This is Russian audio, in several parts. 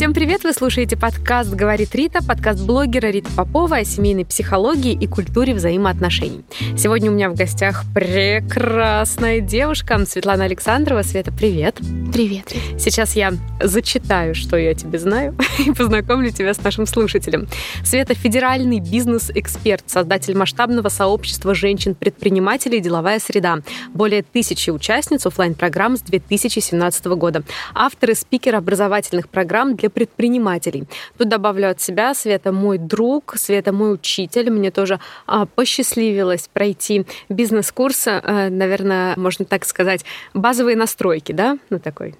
Всем привет! Вы слушаете подкаст «Говорит Рита», подкаст блогера Риты Поповой о семейной психологии и культуре взаимоотношений. Сегодня у меня в гостях прекрасная девушка Светлана Александрова. Света, привет! Привет! Сейчас я зачитаю, что я тебе знаю, и познакомлю тебя с нашим слушателем. Света — федеральный бизнес-эксперт, создатель масштабного сообщества женщин-предпринимателей «Деловая среда». Более 1000 участниц офлайн-программ с 2017 года. Автор и спикер образовательных программ для предпринимателей. Тут добавлю от себя: Света мой друг, Света мой учитель. Мне тоже посчастливилось пройти бизнес-курс, наверное, можно так сказать, базовые настройки, да? Ну, такой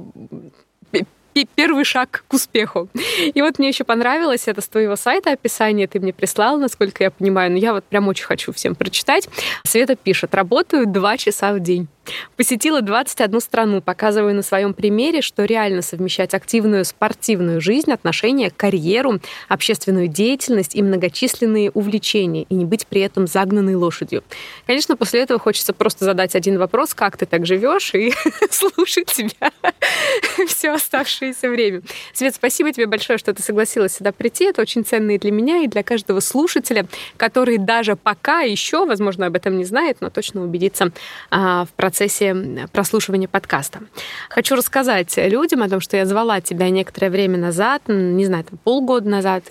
первый шаг к успеху. И вот мне еще понравилось это с твоего сайта описание, ты мне прислал, насколько я понимаю, но я вот прям очень хочу всем прочитать. Света пишет: работаю 2 часа в день. Посетила 21 страну, показываю на своем примере, что реально совмещать активную спортивную жизнь, отношения, карьеру, общественную деятельность и многочисленные увлечения, и не быть при этом загнанной лошадью. Конечно, после этого хочется просто задать один вопрос: как ты так живешь, и слушать тебя все оставшееся время. Свет, спасибо тебе большое, что ты согласилась сюда прийти. Это очень ценно и для меня, и для каждого слушателя, который даже пока еще, возможно, об этом не знает, но точно убедится в процессе прослушивания подкаста. Хочу рассказать людям о том, что я звала тебя некоторое время назад, не знаю, там, полгода назад,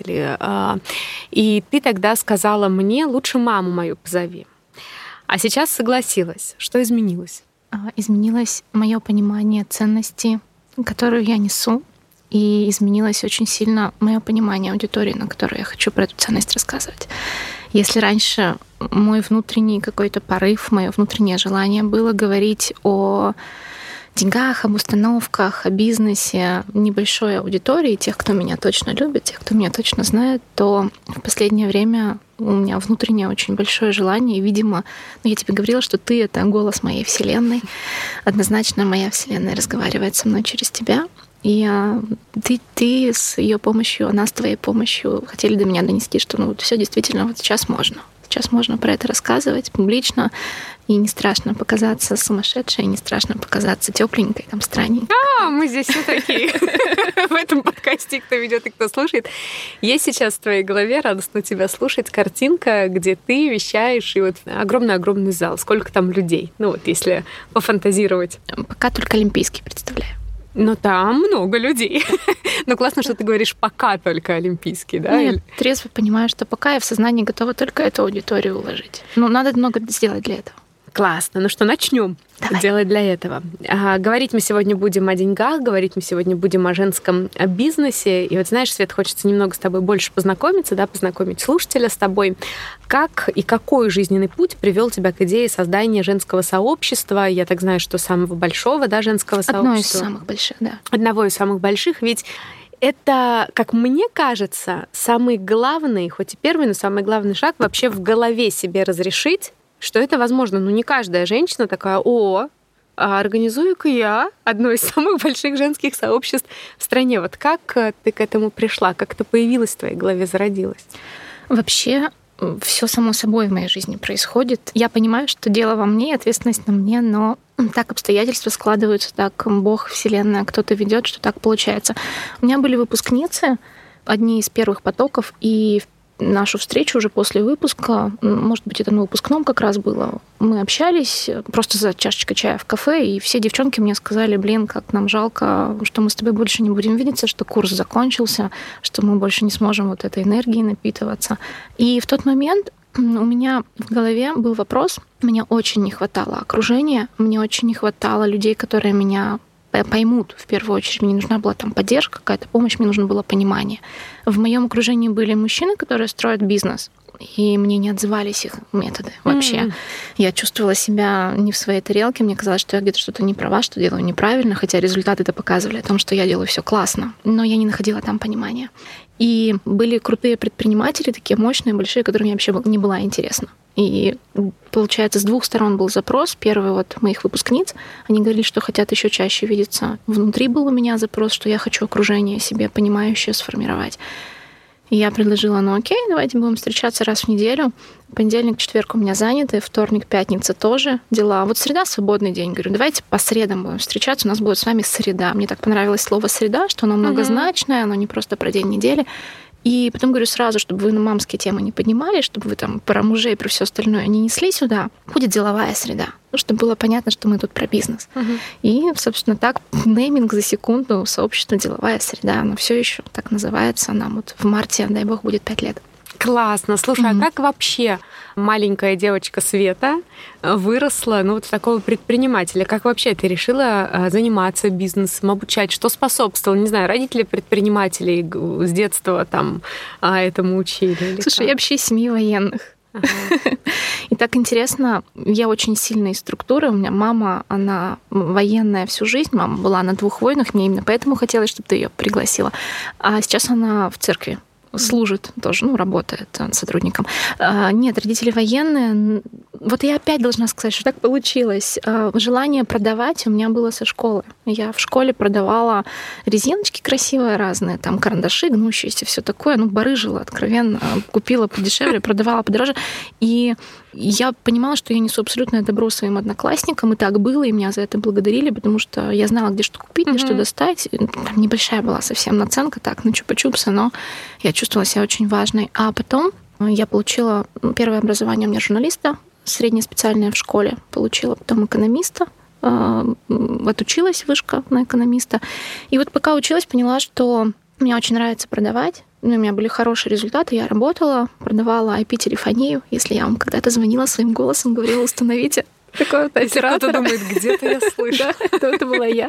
и ты тогда сказала мне: лучше маму мою позови. А сейчас согласилась. Что изменилось? Изменилось мое понимание ценности, которую я несу, и изменилось очень сильно мое понимание аудитории, на которую я хочу про эту ценность рассказывать. Если раньше мой внутренний какой-то порыв, мое внутреннее желание было говорить о деньгах, об установках, о бизнесе небольшой аудитории, тех, кто меня точно любит, тех, кто меня точно знает, то в последнее время у меня внутреннее очень большое желание, и, видимо, я тебе говорила, что ты — это голос моей вселенной. Однозначно моя вселенная разговаривает со мной через тебя. И ты с ее помощью, она с твоей помощью хотели до меня донести, что все действительно вот сейчас можно. Сейчас можно про это рассказывать публично, и не страшно показаться сумасшедшей, не страшно показаться тепленькой, там, странненькой. Мы здесь все такие. В этом подкасте, кто ведет и кто слушает. Есть сейчас в твоей голове, радостно тебя слушать, картинка, где ты вещаешь, и вот огромный-огромный зал. Сколько там людей? Ну вот, если пофантазировать. Пока только олимпийский представляю. Но там много людей. Но классно, что ты говоришь «пока только олимпийский», да? Я трезво понимаю, что пока я в сознании готова только эту аудиторию уложить. Но надо много сделать для этого. Классно. Ну что, начнем делать для этого. Говорить мы сегодня будем о деньгах, говорить мы сегодня будем о женском бизнесе. И вот знаешь, Свет, хочется немного с тобой больше познакомиться, да, познакомить слушателя с тобой. Как и какой жизненный путь привел тебя к идее создания женского сообщества? Я так знаю, что самого большого, да, женского сообщества. Одно из самых больших, да. Одного из самых больших, ведь это, как мне кажется, самый главный, хоть и первый, но самый главный шаг вообще в голове себе разрешить, что это возможно. Ну, не каждая женщина такая: организую-ка я одно из самых больших женских сообществ в стране. Вот как ты к этому пришла? Как это появилось в твоей голове, зародилось? Вообще, все само собой в моей жизни происходит. Я понимаю, что дело во мне, ответственность на мне, но так обстоятельства складываются, так Бог, Вселенная, кто-то ведет, что так получается. У меня были выпускницы, одни из первых потоков, и нашу встречу уже после выпуска, может быть, это на выпускном как раз было, мы общались просто за чашечкой чая в кафе, и все девчонки мне сказали: как нам жалко, что мы с тобой больше не будем видеться, что курс закончился, что мы больше не сможем вот этой энергией напитываться. И в тот момент у меня в голове был вопрос: мне очень не хватало окружения, мне очень не хватало людей, которые меня поймут в первую очередь. Мне нужна была там поддержка, какая-то помощь, мне нужно было понимание. В моем окружении были мужчины, которые строят бизнес, и мне не отзывались их методы вообще. Я чувствовала себя не в своей тарелке, мне казалось, что я где-то что-то не права, что делаю неправильно, хотя результаты это показывали о том, что я делаю все классно, но я не находила там понимания. И были крутые предприниматели, такие мощные, большие, которым я вообще не была интересна. И, получается, с 2 сторон был запрос. Первый вот моих выпускниц, они говорили, что хотят еще чаще видеться. Внутри был у меня запрос, что я хочу окружение себе понимающее сформировать. И я предложила, окей, давайте будем встречаться раз в неделю. Понедельник, четверг у меня заняты, вторник, пятница тоже дела. Вот среда — свободный день. Говорю, давайте по средам будем встречаться, у нас будет с вами среда. Мне так понравилось слово «среда», что оно многозначное, оно не просто про день недели. И потом говорю сразу, чтобы вы на мамские темы не поднимали, чтобы вы там про мужей, про все остальное не несли сюда. Будет деловая среда, чтобы было понятно, что мы тут про бизнес. И, собственно, так нейминг за секунду сообщество «Деловая среда». Оно все еще так называется. Нам вот в марте, дай бог, будет 5 лет. Классно. Слушай, а как вообще маленькая девочка Света выросла вот в такого предпринимателя? Как вообще ты решила заниматься бизнесом, обучать? Что способствовало? Не знаю, родители предпринимателей с детства там этому учили? Слушай, я вообще из семьи военных. И так интересно, я очень сильная из структуры. У меня мама, она военная всю жизнь. Мама была на 2 войнах, мне именно поэтому хотелось, чтобы ты ее пригласила. А сейчас она в церкви служит тоже, работает сотрудником. Нет, родители военные. Вот я опять должна сказать, что так получилось. Желание продавать у меня было со школы. Я в школе продавала резиночки красивые разные, там карандаши гнущиеся, все такое. Барыжила откровенно. Купила подешевле, продавала подороже. И я понимала, что я несу абсолютное добро своим одноклассникам, и так было, и меня за это благодарили, потому что я знала, где что купить, где что достать. Там небольшая была совсем наценка, так, на чупа-чупсы, но я чувствовала себя очень важной. А потом я получила первое образование у меня журналиста, среднее специальное в школе, получила потом экономиста, отучилась вышка на экономиста. И вот пока училась, поняла, что мне очень нравится продавать. У меня были хорошие результаты, я работала, продавала IP-телефонию. Если я вам когда-то звонила своим голосом, говорила, установите такого-то оператора. Кто-то думает, где-то я слышу. Это была я.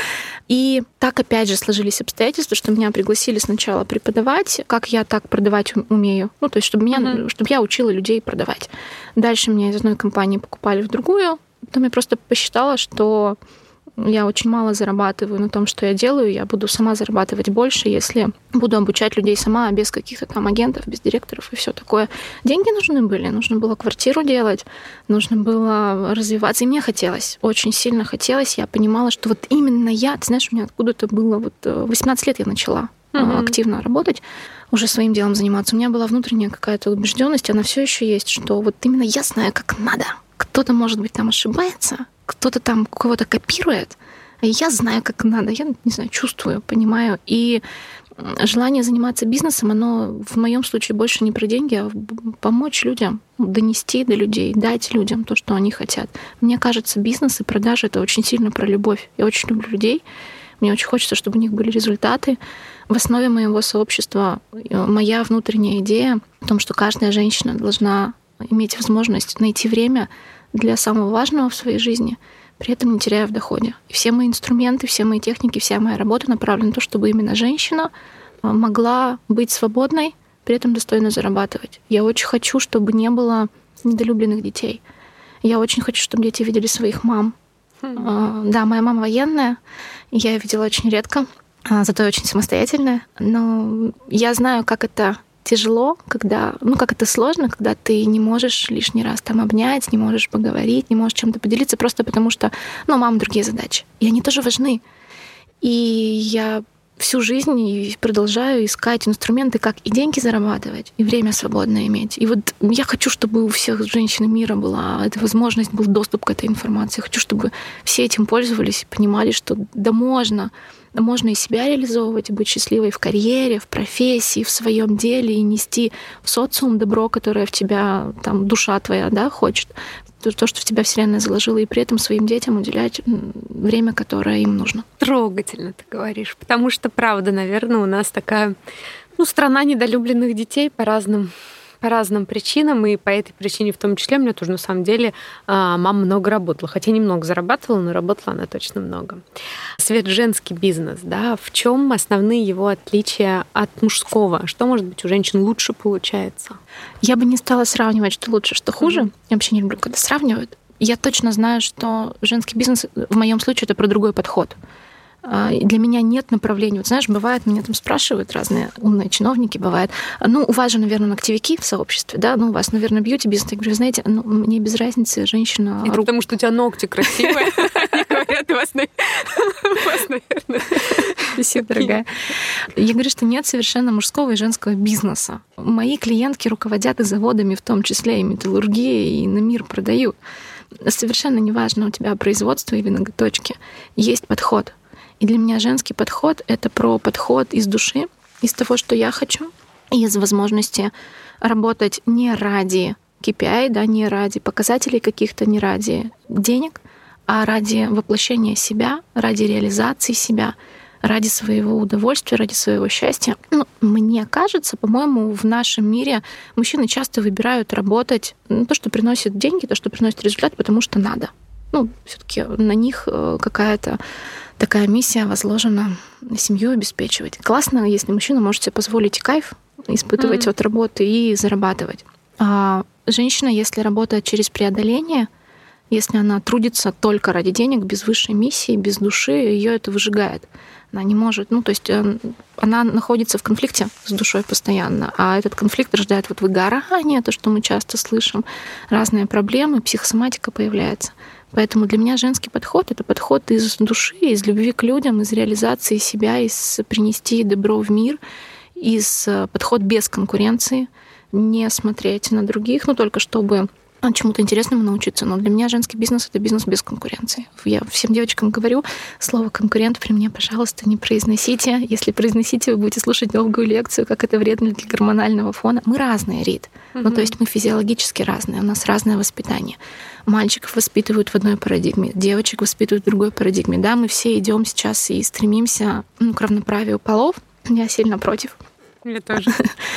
И так опять же сложились обстоятельства, что меня пригласили сначала преподавать, как я так продавать умею. То есть, чтобы я учила людей продавать. Дальше меня из одной компании покупали в другую. Потом я просто посчитала, что я очень мало зарабатываю на том, что я делаю. Я буду сама зарабатывать больше, если буду обучать людей сама, без каких-то там агентов, без директоров и все такое. Деньги нужны были. Нужно было квартиру делать, нужно было развиваться. И мне хотелось, очень сильно хотелось. Я понимала, что вот именно я, ты знаешь, у меня откуда-то было, 18 лет я начала активно работать, уже своим делом заниматься. У меня была внутренняя какая-то убежденность, она все еще есть, что вот именно я знаю, как надо. Кто-то, может быть, там ошибается, кто-то там кого-то копирует, а я знаю, как надо, я, не знаю, чувствую, понимаю. И желание заниматься бизнесом, оно в моем случае больше не про деньги, а помочь людям, донести до людей, дать людям то, что они хотят. Мне кажется, бизнес и продажи — это очень сильно про любовь. Я очень люблю людей, мне очень хочется, чтобы у них были результаты. В основе моего сообщества моя внутренняя идея о том, что каждая женщина должна иметь возможность найти время для самого важного в своей жизни, при этом не теряя в доходе. И все мои инструменты, все мои техники, вся моя работа направлена на то, чтобы именно женщина могла быть свободной, при этом достойно зарабатывать. Я очень хочу, чтобы не было недолюбленных детей. Я очень хочу, чтобы дети видели своих мам. Да, моя мама военная, я ее видела очень редко, зато очень самостоятельная. Но я знаю, как это тяжело, как это сложно, когда ты не можешь лишний раз там обнять, не можешь поговорить, не можешь чем-то поделиться, просто потому что, мама другие задачи. И они тоже важны. И я всю жизнь продолжаю искать инструменты, как и деньги зарабатывать, и время свободное иметь. И вот я хочу, чтобы у всех женщин мира была эта возможность, был доступ к этой информации. Хочу, чтобы все этим пользовались и понимали, что можно и себя реализовывать, и быть счастливой в карьере, в профессии, в своем деле, и нести в социум добро, которое в тебя, там, душа твоя, хочет, то, что в тебя Вселенная заложила, и при этом своим детям уделять время, которое им нужно. Трогательно ты говоришь, потому что, правда, наверное, у нас такая, страна недолюбленных детей по разным причинам, и по этой причине в том числе у меня тоже, на самом деле, мама много работала. Хотя немного зарабатывала, но работала она точно много. Свет, женский бизнес, в чем основные его отличия от мужского? Что, может быть, у женщин лучше получается? Я бы не стала сравнивать, что лучше, что хуже. Я вообще не люблю, когда сравнивают. Я точно знаю, что женский бизнес в моем случае это про другой подход. Для меня нет направления. Вот знаешь, бывает, меня там спрашивают разные умные чиновники, бывает, у вас же, наверное, ногтевики в сообществе, у вас, наверное, бьюти-бизнес. Я говорю, знаете, мне без разницы, женщина... Это потому, что у тебя ногти красивые. Они говорят, у вас, наверное... Спасибо, дорогая. Я говорю, что нет совершенно мужского и женского бизнеса. Мои клиентки руководят и заводами, в том числе и металлургией, и на мир продают. Совершенно неважно, у тебя производство или ноготочки. Есть подход. И для меня женский подход — это про подход из души, из того, что я хочу, из возможности работать не ради KPI, да, не ради показателей каких-то, не ради денег, а ради воплощения себя, ради реализации себя, ради своего удовольствия, ради своего счастья. Мне кажется, по-моему, в нашем мире мужчины часто выбирают работать то, что приносит деньги, то, что приносит результат, потому что надо. Все-таки на них какая-то такая миссия возложена семью обеспечивать. Классно, если мужчина может себе позволить кайф испытывать от работы и зарабатывать. А женщина, если работает через преодоление, если она трудится только ради денег, без высшей миссии, без души, ее это выжигает. Она не может, то есть она находится в конфликте с душой постоянно, а этот конфликт рождает выгорание, то, что мы часто слышим, разные проблемы, психосоматика появляется. Поэтому для меня женский подход — это подход из души, из любви к людям, из реализации себя, из принести добро в мир, из подход без конкуренции, не смотреть на других, только чтобы чему-то интересному научиться. Но для меня женский бизнес — это бизнес без конкуренции. Я всем девочкам говорю, слово «конкурент» при мне, пожалуйста, не произносите. Если произносите, вы будете слушать долгую лекцию, как это вредно для гормонального фона. Мы разные, Рит. То есть мы физиологически разные, у нас разное воспитание. Мальчиков воспитывают в одной парадигме, девочек воспитывают в другой парадигме. Да, мы все идем сейчас и стремимся к равноправию полов. Я сильно против. Я тоже.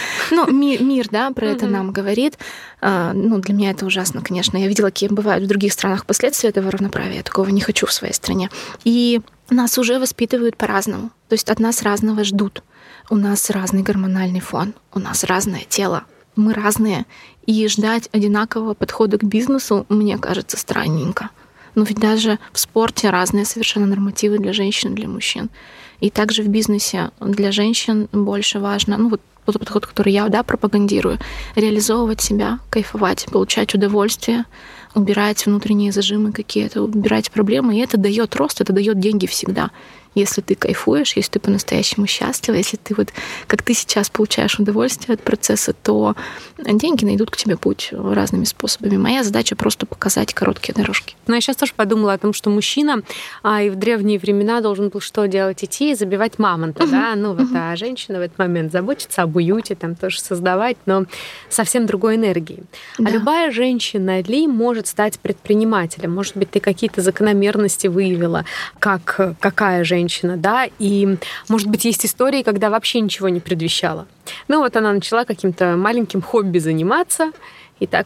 Мир, да, про это нам говорит. Для меня это ужасно, конечно. Я видела, какие бывают в других странах последствия этого равноправия. Я такого не хочу в своей стране. И нас уже воспитывают по-разному. То есть от нас разного ждут. У нас разный гормональный фон, у нас разное тело. Мы разные. И ждать одинакового подхода к бизнесу, мне кажется, странненько. Но ведь даже в спорте разные совершенно нормативы для женщин и для мужчин. И также в бизнесе для женщин больше важно, тот подход, который я пропагандирую, реализовывать себя, кайфовать, получать удовольствие, убирать внутренние зажимы какие-то, убирать проблемы. И это дает рост, это дает деньги всегда. Если ты кайфуешь, если ты по-настоящему счастлива, если ты как ты сейчас получаешь удовольствие от процесса, то деньги найдут к тебе путь разными способами. Моя задача просто показать короткие дорожки. Я сейчас тоже подумала о том, что мужчина и в древние времена должен был что делать? Идти и забивать мамонта, да? А женщина в этот момент заботится об уюте, там тоже создавать, но совсем другой энергией. Да. А любая женщина ли может стать предпринимателем? Может быть, ты какие-то закономерности выявила, какая женщина, да, и, может быть, есть истории, когда вообще ничего не предвещало. Она начала каким-то маленьким хобби заниматься, и так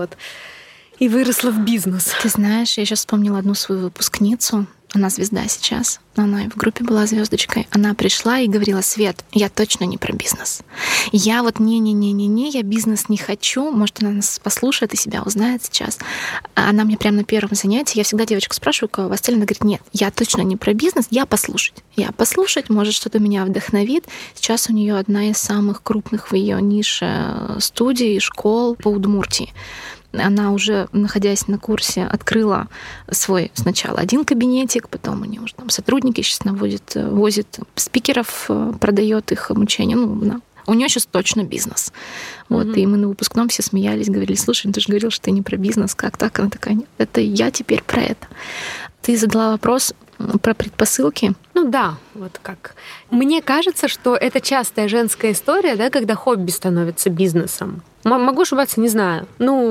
и выросла в бизнес. Ты знаешь, я сейчас вспомнила одну свою выпускницу, она звезда сейчас, она и в группе была звездочкой. Она пришла и говорила: Свет, я точно не про бизнес. Я я бизнес не хочу. Может, она нас послушает и себя узнает сейчас. Она мне прямо на первом занятии, я всегда девочку спрашиваю, кого вас цель, она говорит: нет, я точно не про бизнес, я послушать, может, что-то меня вдохновит. Сейчас у нее одна из самых крупных в ее нише студий, школ по Удмуртии. Она уже, находясь на курсе, открыла свой сначала один кабинетик, потом у нее уже там сотрудники сейчас возит спикеров, продает их обучение. У нее сейчас точно бизнес. И мы на выпускном все смеялись, говорили: слушай, ты же говорил, что ты не про бизнес, как так? Она такая: нет, это я теперь про это. Ты задала вопрос про предпосылки. Да, как. Мне кажется, что это частая женская история, да, когда хобби становится бизнесом. Могу ошибаться, не знаю.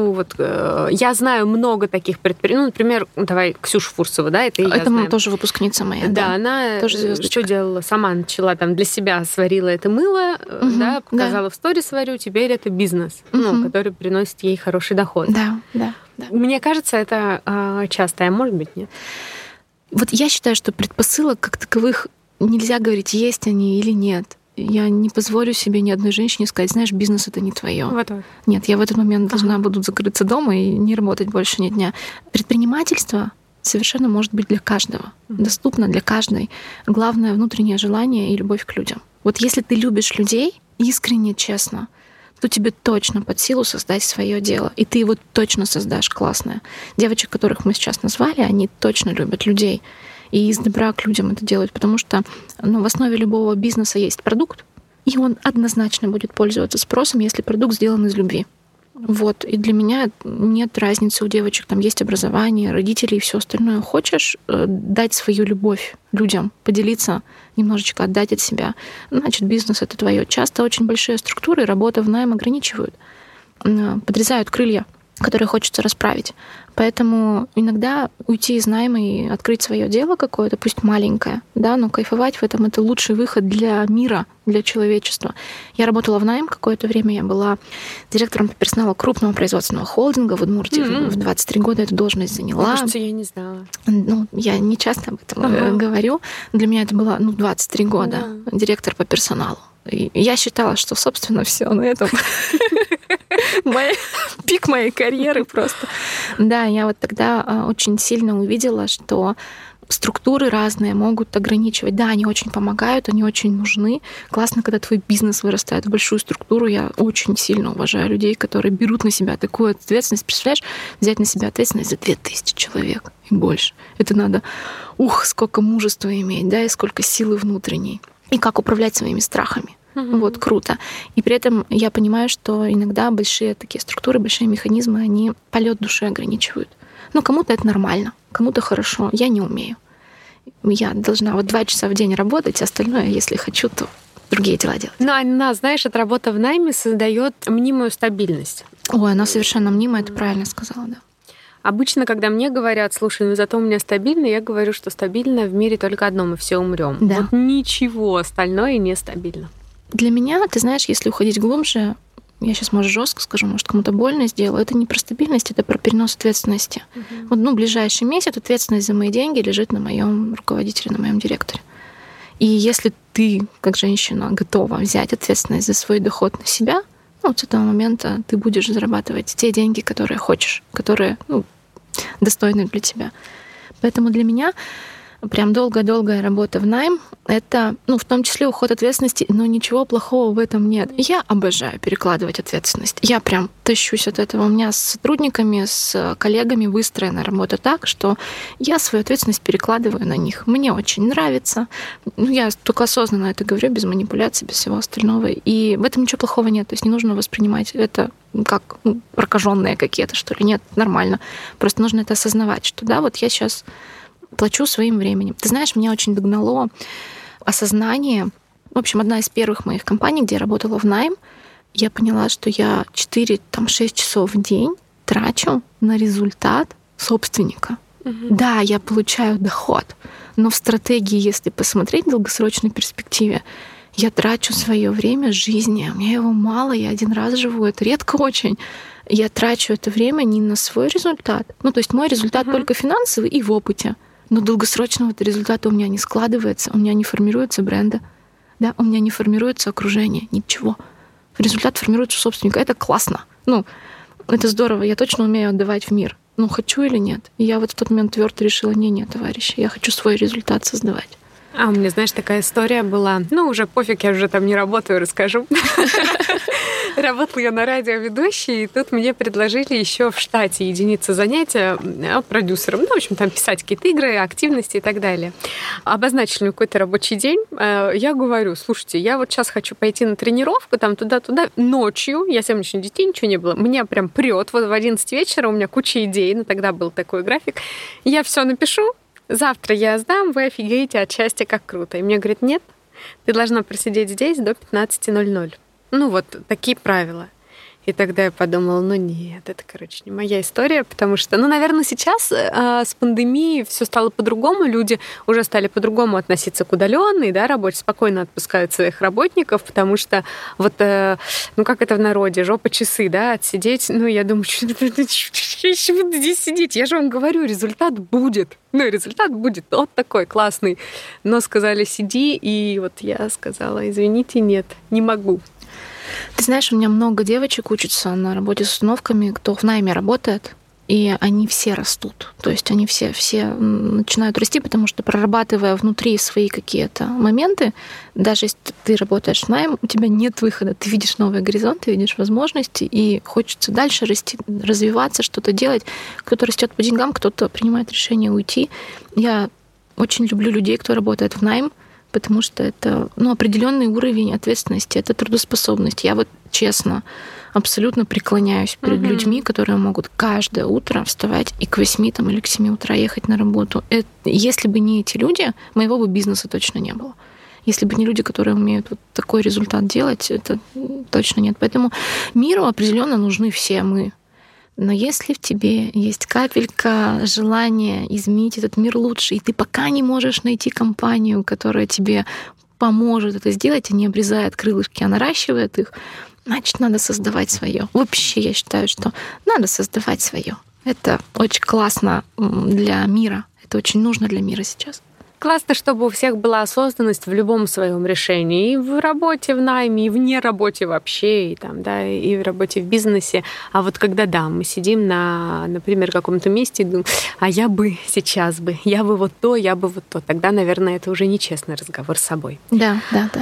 Я знаю много таких предпринимателей. Например, давай Ксюша Фурсова, да, это я знаю. Тоже выпускница моя. Да, она тоже что делала? Сама начала для себя сварила это мыло, да, показала в сторис сварю, теперь это бизнес, который приносит ей хороший доход. Да. Мне кажется, это часто, а может быть, нет. Я считаю, что предпосылок как таковых нельзя говорить, есть они или нет. Я не позволю себе ни одной женщине сказать: знаешь, бизнес — это не твое. Нет, я в этот момент должна буду закрыться дома и не работать больше ни дня. Предпринимательство совершенно может быть для каждого, доступно для каждой. Главное — внутреннее желание и любовь к людям. Если ты любишь людей искренне, честно, то тебе точно под силу создать свое дело. И ты его точно создашь классное. Девочек, которых мы сейчас назвали, они точно любят людей. и из добра к людям это делают, потому что в основе любого бизнеса есть продукт, и он однозначно будет пользоваться спросом, если продукт сделан из любви. Вот. И для меня нет разницы, у девочек там есть образование, родители и все остальное. Хочешь дать свою любовь людям, поделиться немножечко, отдать от себя, значит, бизнес — это твое. Часто очень большие структуры, работа в найм ограничивают, подрезают крылья, которые хочется расправить. Поэтому иногда уйти из найма и открыть свое дело какое-то, пусть маленькое, да, но кайфовать в этом — это лучший выход для мира, для человечества. Я работала в найм какое-то время, я была директором по персоналу крупного производственного холдинга в Удмуртии. В 23 года эту должность заняла. Кажется, я не знала. Я не часто об этом говорю. Для меня это было 23 года, директор по персоналу. И я считала, что, собственно, все на этом пик моей карьеры просто. Да, я вот тогда очень сильно увидела, что структуры разные могут ограничивать. Да, они очень помогают, они очень нужны. Классно, когда твой бизнес вырастает в большую структуру. Я очень сильно уважаю людей, которые берут на себя такую ответственность. Представляешь, взять на себя ответственность за 2000 человек и больше. Это надо, сколько мужества иметь, да, и сколько силы внутренней. И как управлять своими страхами. Вот, круто. И при этом я понимаю, что иногда большие такие структуры, большие механизмы, они полет души ограничивают. Но кому-то это нормально, кому-то хорошо. Я не умею. Я должна 2 часа в день работать, а остальное, если хочу, то другие дела делать. Но она, знаешь, эта работа в найме создает мнимую стабильность. Ой, она совершенно мнимая, ты правильно сказала, да. Обычно, когда мне говорят, слушай, зато у меня стабильно, я говорю, что стабильно в мире только одно, мы все умрем. Да. Вот ничего остальное не стабильно. Для меня, ты знаешь, если уходить глубже, я сейчас, может, жестко скажу, может, кому-то больно сделаю, это не про стабильность, это про перенос ответственности. Вот, ближайший месяц ответственность за мои деньги лежит на моем руководителе, на моем директоре. И если ты, как женщина, готова взять ответственность за свой доход на себя, с этого момента ты будешь зарабатывать те деньги, которые хочешь, которые достойны для тебя. Поэтому для меня прям долгая работа в найм — это, в том числе уход ответственности, но ничего плохого в этом нет. Я обожаю перекладывать ответственность. Я прям тащусь от этого. У меня с сотрудниками, с коллегами выстроена работа так, что я свою ответственность перекладываю на них. Мне очень нравится. Я только осознанно это говорю, без манипуляций, без всего остального. И в этом ничего плохого нет. То есть не нужно воспринимать это как прокаженные какие-то, что ли. Нет, нормально. Просто нужно это осознавать, что да, вот я сейчас плачу своим временем. Ты знаешь, меня очень догнало осознание. В общем, одна из первых моих компаний, где я работала в найм, я поняла, что я 4-6 часов в день трачу на результат собственника. Да, я получаю доход, но в стратегии, если посмотреть в долгосрочной перспективе, я трачу свое время жизни. У меня его мало, я один раз живу, это редко очень. Я трачу это время не на свой результат. То есть мой результат только финансовый и в опыте. Но долгосрочного результата у меня не складывается, у меня не формируется бренда, да, у меня не формируется окружение, ничего. Результат формируется у собственника. Это классно. Это здорово. Я точно умею отдавать в мир. Хочу или нет? И я в тот момент твердо решила: нет, товарищи, я хочу свой результат создавать. А у меня, знаешь, такая история была. Уже пофиг, я уже там не работаю, расскажу. Работала я на радиоведущей, и тут мне предложили еще в штате единицы занятия продюсером. В общем, там писать какие-то игры, активности и так далее. Обозначили мне какой-то рабочий день. Я говорю: слушайте, я вот сейчас хочу пойти на тренировку, там туда-туда, ночью, я 7 ночных детей, ничего не было. Меня прям прет. Вот в 11 вечера у меня куча идей, тогда был такой график. Я все напишу, завтра я сдам, вы офигеете от счастья, как круто. И мне говорят: нет, ты должна просидеть здесь до 15:00. Вот такие правила. И тогда я подумала: нет, это, не моя история, потому что, наверное, сейчас с пандемией все стало по-другому, люди уже стали по-другому относиться к удаленной, да, работе, спокойно отпускают своих работников, потому что как это в народе, жопа часы, да, отсидеть, я думаю, что я еще буду здесь сидеть, я же вам говорю, результат будет. Результат будет вот такой классный. Но сказали: сиди, и я сказала: извините, нет, не могу. Ты знаешь, у меня много девочек учатся на работе с установками, кто в найме работает, и они все растут. То есть они все начинают расти, потому что, прорабатывая внутри свои какие-то моменты, даже если ты работаешь в найм, у тебя нет выхода. Ты видишь новые горизонты, видишь возможности, и хочется дальше расти, развиваться, что-то делать. Кто-то растет по деньгам, кто-то принимает решение уйти. Я очень люблю людей, кто работает в найм, потому что это определенный уровень ответственности, это трудоспособность. Я вот честно абсолютно преклоняюсь перед людьми, которые могут каждое утро вставать и к 8 или к 7 утра ехать на работу. Если бы не эти люди, моего бы бизнеса точно не было. Если бы не люди, которые умеют вот такой результат делать, это точно нет. Поэтому миру определенно нужны все мы. Но если в тебе есть капелька желания изменить этот мир лучше, и ты пока не можешь найти компанию, которая тебе поможет это сделать, а не обрезает крылышки, а наращивает их, значит, надо создавать свое. Вообще, я считаю, что надо создавать свое. Это очень классно для мира. Это очень нужно для мира сейчас. Классно, чтобы у всех была осознанность в любом своем решении. И в работе, в найме, и вне работе вообще, и в работе в бизнесе. А вот когда, мы сидим на, например, каком-то месте и думаем, а я бы сейчас бы, я бы вот то, тогда, наверное, это уже нечестный разговор с собой. Да.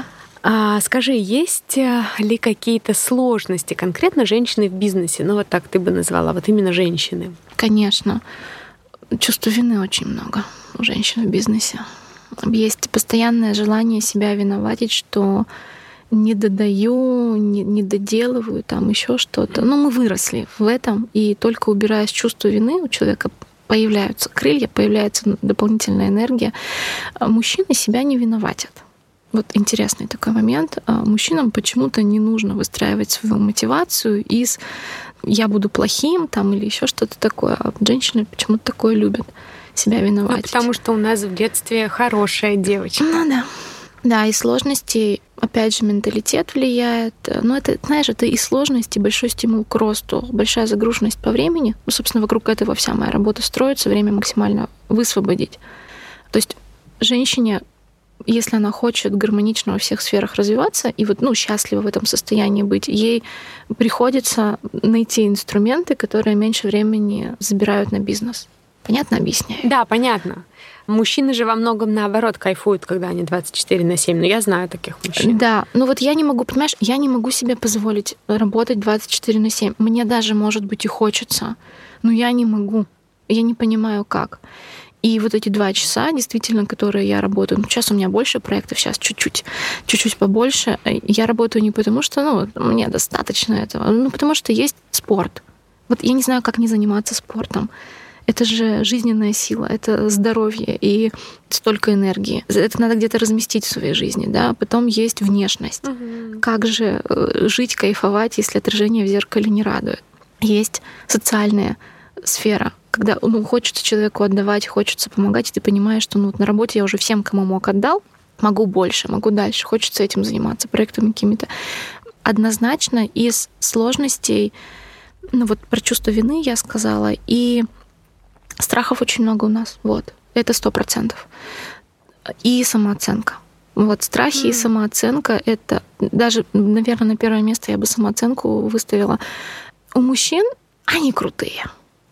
Скажи, есть ли какие-то сложности конкретно женщины в бизнесе? Вот так ты бы назвала, вот именно женщины. Конечно. Чувства вины очень много у женщин в бизнесе. Есть постоянное желание себя виноватить, что не додаю, не доделываю, еще что-то. Но мы выросли в этом, и только убирая чувство вины, у человека появляются крылья, появляется дополнительная энергия. Мужчины себя не виноватят. Вот интересный такой момент. Мужчинам почему-то не нужно выстраивать свою мотивацию из «я буду плохим» или еще что-то такое. А женщины почему-то такое любят себя виноватить. Потому что у нас в детстве хорошая девочка. Да. Да, и сложности, опять же, менталитет влияет. Но это, знаешь, это и сложности, большой стимул к росту, большая загруженность по времени. Собственно, вокруг этого вся моя работа строится, время максимально высвободить. То есть женщине, если она хочет гармонично во всех сферах развиваться и счастливо в этом состоянии быть, ей приходится найти инструменты, которые меньше времени забирают на бизнес. Понятно объясняю? Да, понятно. Мужчины же во многом наоборот кайфуют, когда они 24/7. Но я знаю таких мужчин. Да, я не могу, понимаешь, я не могу себе позволить работать 24/7. Мне даже, может быть, и хочется, но я не могу. Я не понимаю, как. И вот эти 2 часа, действительно, которые я работаю, сейчас у меня больше проектов, сейчас чуть-чуть побольше. Я работаю не потому, что мне достаточно этого, потому что есть спорт. Я не знаю, как не заниматься спортом. Это же жизненная сила, это здоровье и столько энергии. Это надо где-то разместить в своей жизни, да. Потом есть внешность. Как же жить, кайфовать, если отражение в зеркале не радует? Есть социальная сфера, когда хочется человеку отдавать, хочется помогать, и ты понимаешь, что на работе я уже всем, кому мог, отдал, могу больше, могу дальше, хочется этим заниматься, проектами какими-то. Однозначно из сложностей, про чувство вины я сказала, и страхов очень много у нас, это 100%. И самооценка. Страхи и самооценка — это даже, наверное, на первое место я бы самооценку выставила. У мужчин они крутые.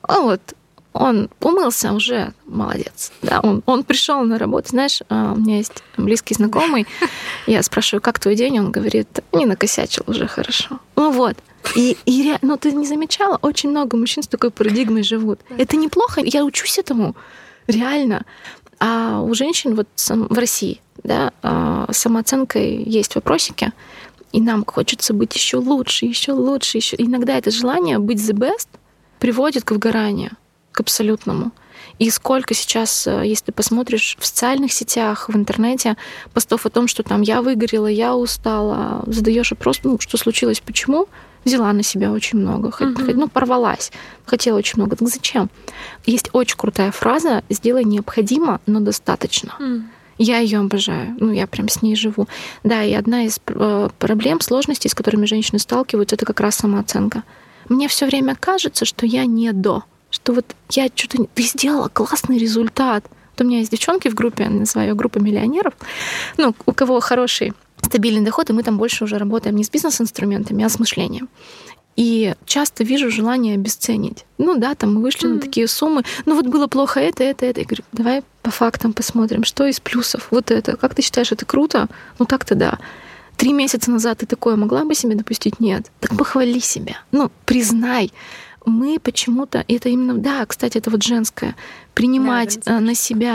Он умылся, уже молодец. Да, он пришел на работу. Знаешь, у меня есть близкий знакомый. Я спрашиваю, как твой день? Он говорит, не накосячил, уже хорошо. И ты не замечала? Очень много мужчин с такой парадигмой живут. Это неплохо, я учусь этому. Реально. А у женщин в России, да, с самооценкой есть вопросики, и нам хочется быть еще лучше. Иногда это желание быть the best приводит к выгоранию, к абсолютному. И сколько сейчас, если ты посмотришь в социальных сетях, в интернете, постов о том, что я выгорела, я устала, задаешь вопрос, что случилось, почему? Взяла на себя очень много, порвалась, хотела очень много. Так зачем? Есть очень крутая фраза «сделай необходимо, но достаточно». Я ее обожаю, я прям с ней живу. Да, и одна из проблем, сложностей, с которыми женщины сталкиваются, это как раз самооценка. Мне все время кажется, что я не что я что-то... Ты сделала классный результат. У меня есть девчонки в группе, я называю ее группа миллионеров, у кого хороший стабильный доход, и мы там больше уже работаем не с бизнес-инструментами, а с мышлением. И часто вижу желание обесценить. Мы вышли на такие суммы. Было плохо это. Я говорю, давай по фактам посмотрим, что из плюсов. Это. Как ты считаешь, это круто? Так-то да. 3 месяца назад ты такое могла бы себе допустить? Нет. Так похвали себя. Признай. Мы почему-то... Это именно... Да, кстати, это женское. Принимать на себя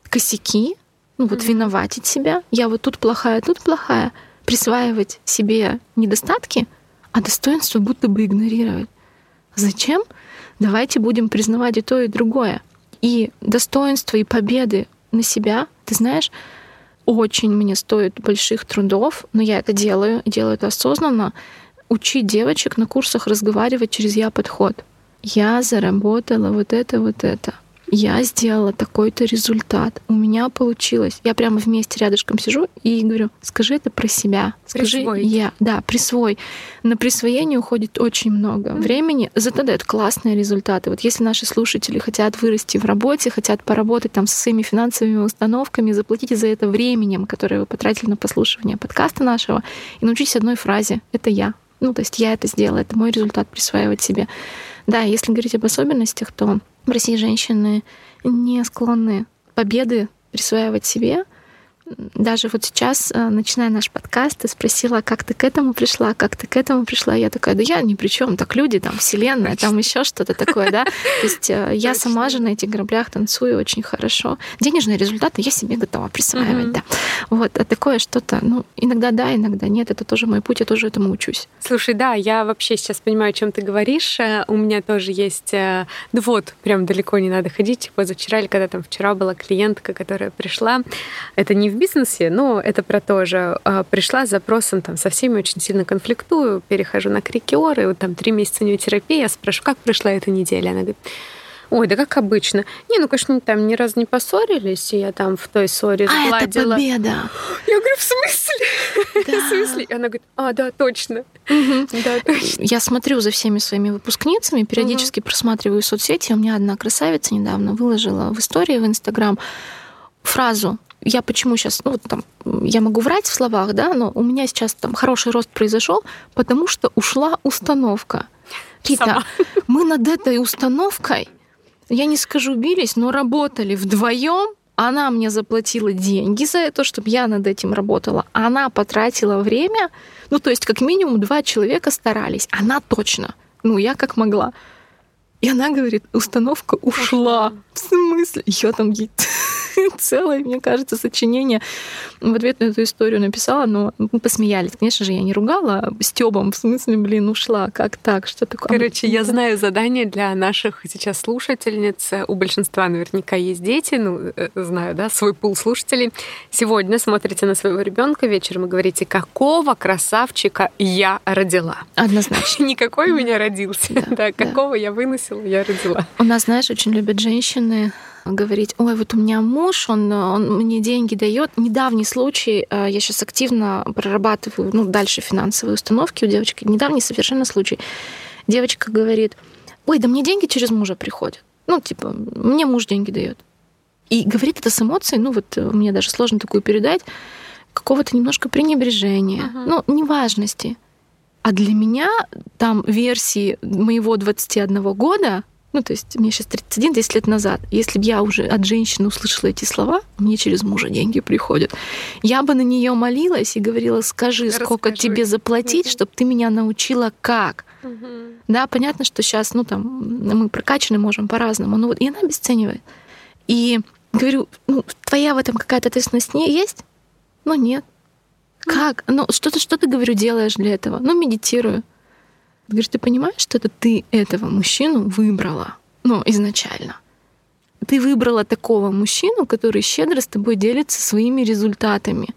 косяки, виноватить себя. Я вот тут плохая, присваивать себе недостатки, а достоинство будто бы игнорировать. Зачем? Давайте будем признавать и то, и другое. И достоинство, и победы на себя, ты знаешь, очень мне стоит больших трудов, но я это делаю, и делаю это осознанно, учить девочек на курсах разговаривать через «я-подход». Я заработала вот это. Я сделала такой-то результат. У меня получилось. Я прямо вместе рядышком сижу и говорю: скажи это про себя. Скажи я. Да, присвой. На присвоение уходит очень много времени, зато дает классные результаты. Вот если наши слушатели хотят вырасти в работе, хотят поработать там со своими финансовыми установками, заплатите за это временем, которое вы потратили на прослушивание подкаста нашего, и научитесь одной фразе: это я. То есть я это сделала, это мой результат, присваивать себе. Да, если говорить об особенностях, то в России женщины не склонны победы присваивать себе. Даже вот сейчас, начиная наш подкаст, ты спросила, как ты к этому пришла, Я такая: да я ни при чем, так люди, там вселенная, там еще что-то такое, да. То есть я сама же на этих граблях танцую очень хорошо. Денежные результаты я себе готова присваивать, да. Вот, а такое что-то, иногда да, иногда нет, это тоже мой путь, я тоже этому учусь. Слушай, да, я вообще сейчас понимаю, о чем ты говоришь. У меня тоже есть, прям далеко не надо ходить. Позавчера или когда там вчера была клиентка, которая пришла, это не в бизнесе, но это про то же. Пришла с запросом, там, со всеми очень сильно конфликтую, перехожу на крикиор, и вот там 3 месяца у нее терапия, я спрашиваю, как прошла эта неделя? Она говорит: ой, да как обычно. Конечно, там ни разу не поссорились, и я там в той ссоре сгладила. А это победа. Я говорю: в смысле? Да. В смысле? И она говорит: да, точно. Да, точно. Я смотрю за всеми своими выпускницами, периодически просматриваю соцсети. У меня одна красавица недавно выложила в истории в Инстаграм фразу: я почему сейчас, я могу врать в словах, да, но у меня сейчас там хороший рост произошел, потому что ушла установка. Рита, мы над этой установкой, я не скажу бились, но работали вдвоем. Она мне заплатила деньги за это, чтобы я над этим работала. Она потратила время, то есть как минимум 2 человека старались. Она точно. Я как могла. И она говорит: установка ушла. В смысле? Я там целое, мне кажется, сочинение в ответ на эту историю написала, но мы посмеялись. Конечно же, я не ругала стёбом, в смысле, ушла, как так, что такое? Короче, я знаю задание для наших сейчас слушательниц. У большинства наверняка есть дети, знаю, да, свой пул слушателей. Сегодня смотрите на своего ребенка вечером и говорите: какого красавчика я родила? Однозначно. Никакой у меня родился. Да, какого я выносила, я родила. У нас, знаешь, очень любят женщины говорить: ой, вот у меня муж, он мне деньги дает. Недавний случай, я сейчас активно прорабатываю, дальше финансовые установки у девочки. Недавний совершенно случай. Девочка говорит: ой, да мне деньги через мужа приходят. Мне муж деньги дает. И говорит это с эмоцией, мне даже сложно такую передать, какого-то немножко пренебрежения, неважности. А для меня там версии моего 21 года, то есть мне сейчас 31, 10 лет назад, если бы я уже от женщины услышала эти слова: мне через мужа деньги приходят, я бы на нее молилась и говорила: скажи, сколько тебе заплатить, чтобы ты меня научила как. Да, понятно, что сейчас, мы прокачаны можем по-разному, и она обесценивает. И говорю: твоя в этом какая-то ответственность не есть? Нет. Как? Что ты, говорю, делаешь для этого? Медитирую. Говоришь: ты понимаешь, что это ты этого мужчину выбрала? Изначально. Ты выбрала такого мужчину, который щедро с тобой делится своими результатами.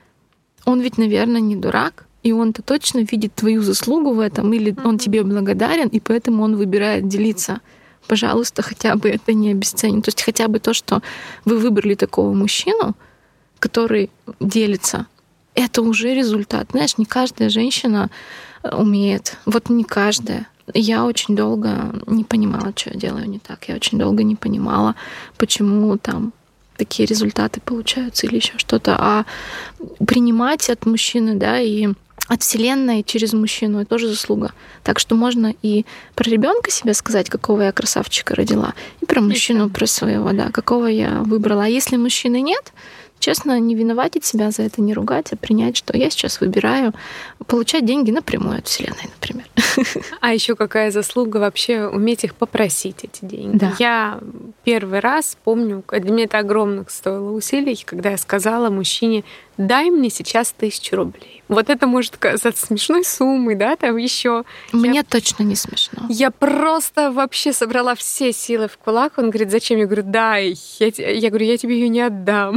Он ведь, наверное, не дурак, и он-то точно видит твою заслугу в этом, или он тебе благодарен, и поэтому он выбирает делиться. Пожалуйста, хотя бы это не обесценим. То есть хотя бы то, что вы выбрали такого мужчину, который делится, это уже результат. Знаешь, не каждая женщина умеет. Не каждая. Я очень долго не понимала, что я делаю не так. Я очень долго не понимала, почему там такие результаты получаются или еще что-то. А принимать от мужчины, да, и от Вселенной через мужчину — это тоже заслуга. Так что можно и про ребенка себе сказать, какого я красавчика родила, и про мужчину, про своего, да, какого я выбрала. А если мужчины нет, честно, не виноватить себя за это, не ругать, а принять, что я сейчас выбираю получать деньги напрямую от Вселенной, например. А еще какая заслуга вообще уметь их попросить, эти деньги. Да. Я первый раз помню, для меня это огромных стоило усилий, когда я сказала мужчине: дай мне сейчас 1000 рублей. Вот это может казаться смешной суммой, да, там еще. Мне точно не смешно. Я просто вообще собрала все силы в кулак. Он говорит: зачем? Я говорю: дай. Я говорю: я тебе ее не отдам.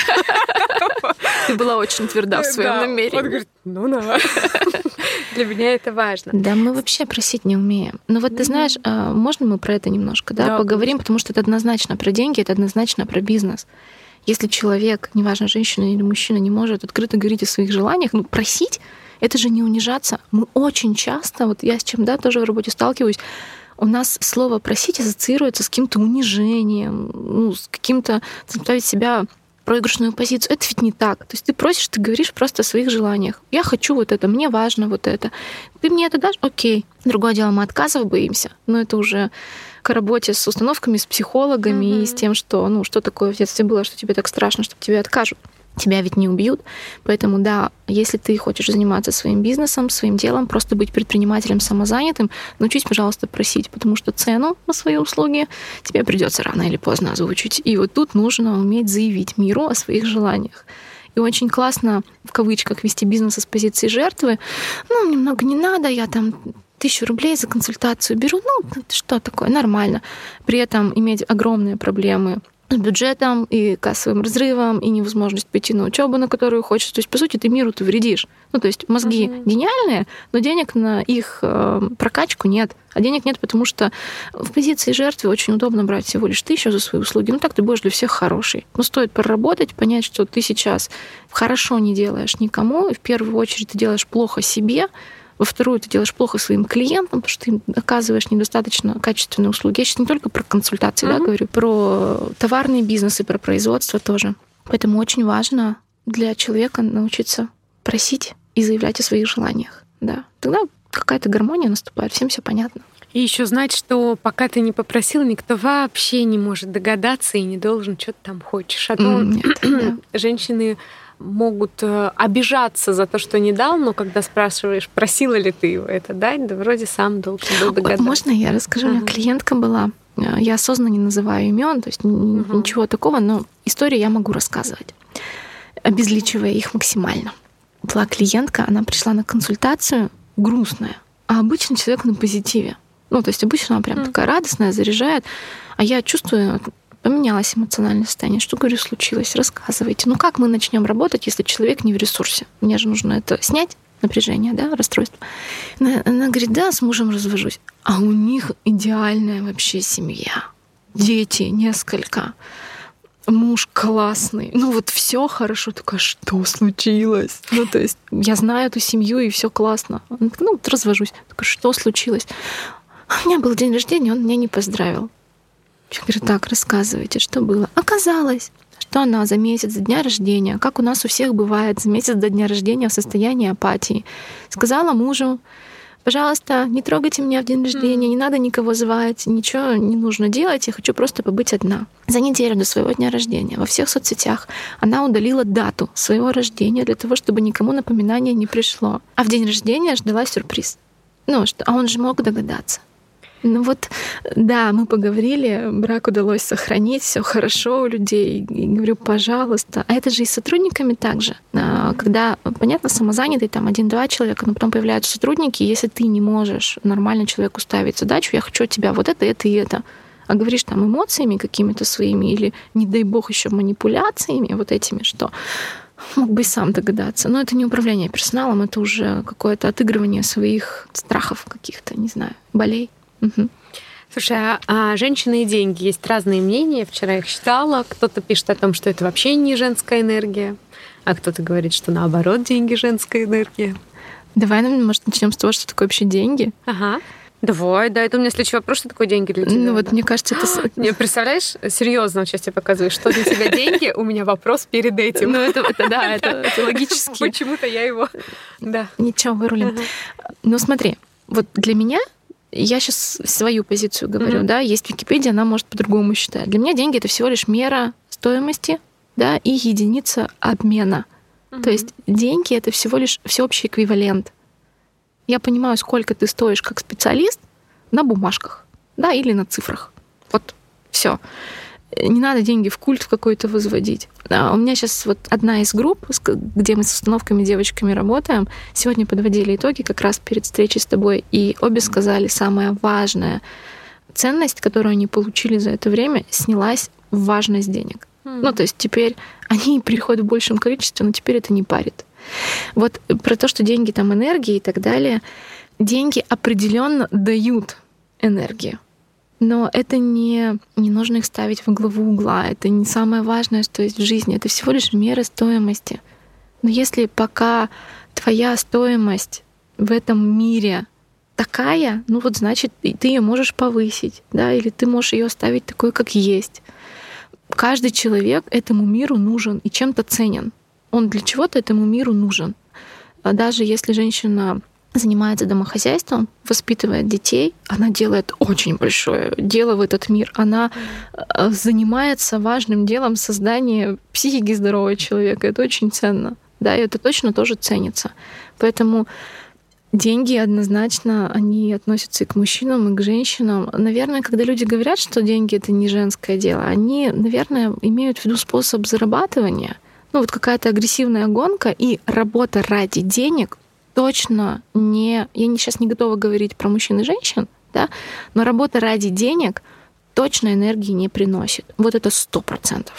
Ты была очень тверда в своем намерении. Он говорит: ну да. Для меня это важно. Да, мы вообще просить не умеем. Но вот ты знаешь, можно мы про это немножко поговорим, потому что это однозначно про деньги, это однозначно про бизнес. Если человек, неважно, женщина или мужчина, не может открыто говорить о своих желаниях, просить, это же не унижаться. Мы очень часто, вот я с чем тоже в работе сталкиваюсь, у нас слово «просить» ассоциируется с каким-то унижением, с каким-то ставить себя в проигрышную позицию. Это ведь не так. То есть ты просишь, ты говоришь просто о своих желаниях. Я хочу вот это, мне важно вот это. Ты мне это дашь? Окей. Другое дело, мы отказов боимся, но это уже к работе с установками, с психологами и с тем, что, что такое в детстве было, что тебе так страшно, что тебе откажут. Тебя ведь не убьют. Поэтому да, если ты хочешь заниматься своим бизнесом, своим делом, просто быть предпринимателем самозанятым, научись, пожалуйста, просить, потому что цену на свои услуги тебе придется рано или поздно озвучить. И вот тут нужно уметь заявить миру о своих желаниях. И очень классно, в кавычках, вести бизнес с позиции жертвы. Мне много не надо, я там 1000 рублей за консультацию беру. Что такое? Нормально. При этом иметь огромные проблемы с бюджетом и кассовым разрывом, и невозможность пойти на учебу, на которую хочешь. То есть, по сути, ты миру вредишь. То есть мозги гениальные, но денег на их прокачку нет. А денег нет, потому что в позиции жертвы очень удобно брать всего лишь 1000 за свои услуги. Так ты будешь для всех хороший. Но стоит проработать, понять, что ты сейчас хорошо не делаешь никому, и в первую очередь ты делаешь плохо себе, во вторую, ты делаешь плохо своим клиентам, потому что ты им оказываешь недостаточно качественные услуги. Я сейчас не только про консультации говорю, про товарные бизнесы, про производство тоже. Поэтому очень важно для человека научиться просить и заявлять о своих желаниях. Да. Тогда какая-то гармония наступает, всем все понятно. И еще знать, что пока ты не попросил, никто вообще не может догадаться и не должен, что ты там хочешь. А то женщины могут обижаться за то, что не дал, но когда спрашиваешь, просила ли ты его это дать, да вроде сам должен был догадаться. Можно я расскажу? У меня клиентка была, я осознанно не называю имен, то есть ничего такого, но истории я могу рассказывать, обезличивая их максимально. Была клиентка, она пришла на консультацию грустная, а обычный человек на позитиве. То есть обычно она прям такая радостная, заряжает, а я чувствую, поменялось эмоциональное состояние. Что, говорю, случилось? Рассказывайте. Как мы начнем работать, если человек не в ресурсе? Мне же нужно это снять, напряжение, расстройство. Она говорит: да, с мужем развожусь. А у них идеальная вообще семья. Дети несколько. Муж классный. Все хорошо. Такая: что случилось? То есть я знаю эту семью, и все классно. Она такая: развожусь. Такая: что случилось? У меня был день рождения, он меня не поздравил. Я говорю: так, рассказывайте, что было. Оказалось, что она за месяц до дня рождения, как у нас у всех бывает, за месяц до дня рождения в состоянии апатии, сказала мужу: пожалуйста, не трогайте меня в день рождения, не надо никого звать, ничего не нужно делать, я хочу просто побыть одна. За неделю до своего дня рождения во всех соцсетях она удалила дату своего рождения для того, чтобы никому напоминание не пришло. А в день рождения ждала сюрприз. А он же мог догадаться. Да, мы поговорили, брак удалось сохранить, все хорошо у людей. И говорю: пожалуйста. А это же и с сотрудниками также. Когда, понятно, самозанятый, там 1-2 человека, но потом появляются сотрудники, и если ты не можешь нормально человеку ставить задачу: я хочу от тебя вот это и это, а говоришь там эмоциями какими-то своими или, не дай бог, еще манипуляциями вот этими, что мог бы и сам догадаться. Но это не управление персоналом, это уже какое-то отыгрывание своих страхов каких-то, не знаю, болей. Слушай, а женщины и деньги, есть разные мнения. Вчера их читала. Кто-то пишет о том, что это вообще не женская энергия, а кто-то говорит, что наоборот, деньги — женская энергия. Давай, может, начнем с того, что такое вообще деньги. Ага. Давай, да, это у меня следующий вопрос, что такое деньги для тебя. Мне кажется, это... Не, представляешь, серьезно, сейчас тебе показываю, что для тебя деньги, у меня вопрос перед этим. Это логически. Почему-то я его... Да. Ничего, вырулим. Смотри, вот для меня, я сейчас свою позицию говорю, есть Википедия, она может по-другому считать. Для меня деньги — это всего лишь мера стоимости да, и единица обмена. То есть деньги — это всего лишь всеобщий эквивалент. Я понимаю, сколько ты стоишь как специалист на бумажках, да, или на цифрах. Вот все. Не надо деньги в культ какой-то возводить. У меня сейчас вот одна из групп, где мы с установками девочками работаем, сегодня подводили итоги как раз перед встречей с тобой, и обе сказали, самая важная ценность, которую они получили за это время, снялась в важность денег. Ну, то есть теперь они приходят в большем количестве, но теперь это не парит. Вот про то, что деньги там энергия и так далее, деньги определенно дают энергию. Но это не нужно их ставить во главу угла. Это не самое важное, что есть в жизни. Это всего лишь мера стоимости. Но если пока твоя стоимость в этом мире такая, ну вот значит, ты ее можешь повысить, да, или ты можешь ее оставить такой, как есть. Каждый человек этому миру нужен и чем-то ценен. Он для чего-то этому миру нужен. Даже если женщина занимается домохозяйством, воспитывает детей, она делает очень большое дело в этот мир. Она занимается важным делом создания психики здорового человека. Это очень ценно. Да, и это точно тоже ценится. Поэтому деньги однозначно, они относятся и к мужчинам, и к женщинам. Наверное, когда люди говорят, что деньги — это не женское дело, они, наверное, имеют в виду способ зарабатывания. Ну вот какая-то агрессивная гонка и работа ради денег точно не... Я сейчас не готова говорить про мужчин и женщин, да, но работа ради денег точно энергии не приносит. Вот это 100%.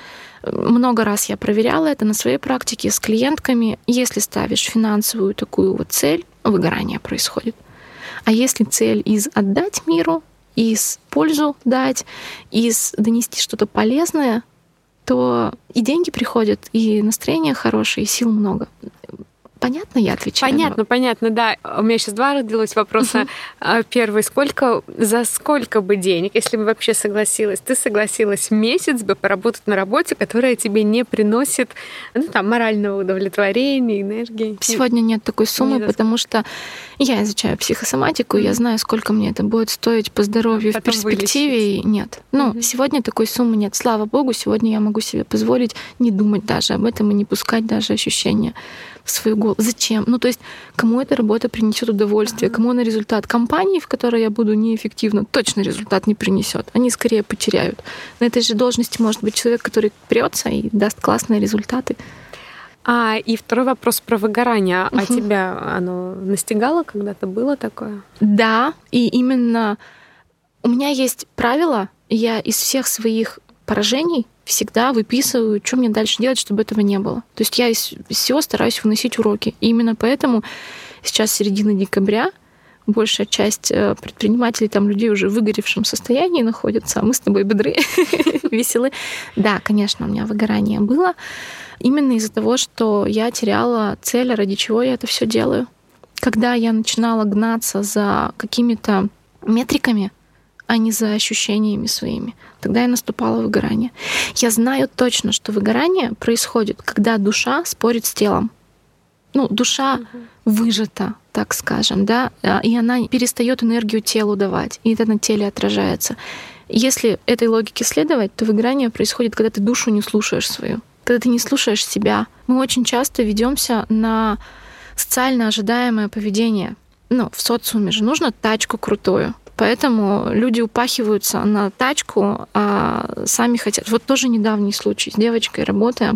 Много раз я проверяла это на своей практике с клиентками. Если ставишь финансовую такую вот цель, выгорание происходит. А если цель из отдать миру, из пользу дать, из донести что-то полезное, то и деньги приходят, и настроение хорошее, и сил много. Понятно, я отвечаю? Понятно, да. У меня сейчас два родилось вопроса. Первый, за сколько бы денег, если бы вообще согласилась, ты согласилась месяц бы поработать на работе, которая тебе не приносит, ну, там, морального удовлетворения, энергии? Сегодня нет такой суммы, потому что я изучаю психосоматику, и я знаю, сколько мне это будет стоить по здоровью в перспективе. Нет. Сегодня такой суммы нет. Слава богу, сегодня я могу себе позволить не думать даже об этом и не пускать даже ощущения в свою голову. Зачем? Ну, то есть, кому эта работа принесет удовольствие, кому она результат? Компании, в которой я буду неэффективна, точно результат не принесет. Они скорее потеряют. На этой же должности может быть человек, который прется и даст классные результаты. И второй вопрос про выгорание. А тебя оно настигало когда-то? Было такое? Да, и именно у меня есть правило, я из всех своих поражений всегда выписываю, что мне дальше делать, чтобы этого не было. То есть я из всего стараюсь выносить уроки. И именно поэтому сейчас середина декабря, большая часть предпринимателей, там людей уже в выгоревшем состоянии находятся, а мы с тобой бодры, веселы. Да, конечно, у меня выгорание было. Именно из-за того, что я теряла цель, ради чего я это все делаю. Когда я начинала гнаться за какими-то метриками, а не за ощущениями своими, тогда и наступало выгорание. Я знаю точно, что выгорание происходит, когда душа спорит с телом. Ну, душа выжата, так скажем, да, и она перестает энергию телу давать, и это на теле отражается. Если этой логике следовать, то выгорание происходит, когда ты душу не слушаешь свою, когда ты не слушаешь себя. Мы очень часто ведемся на социально ожидаемое поведение. Ну, в социуме же нужно тачку крутую. Поэтому люди упахиваются на тачку, а сами хотят. Вот тоже недавний случай. С девочкой работаем.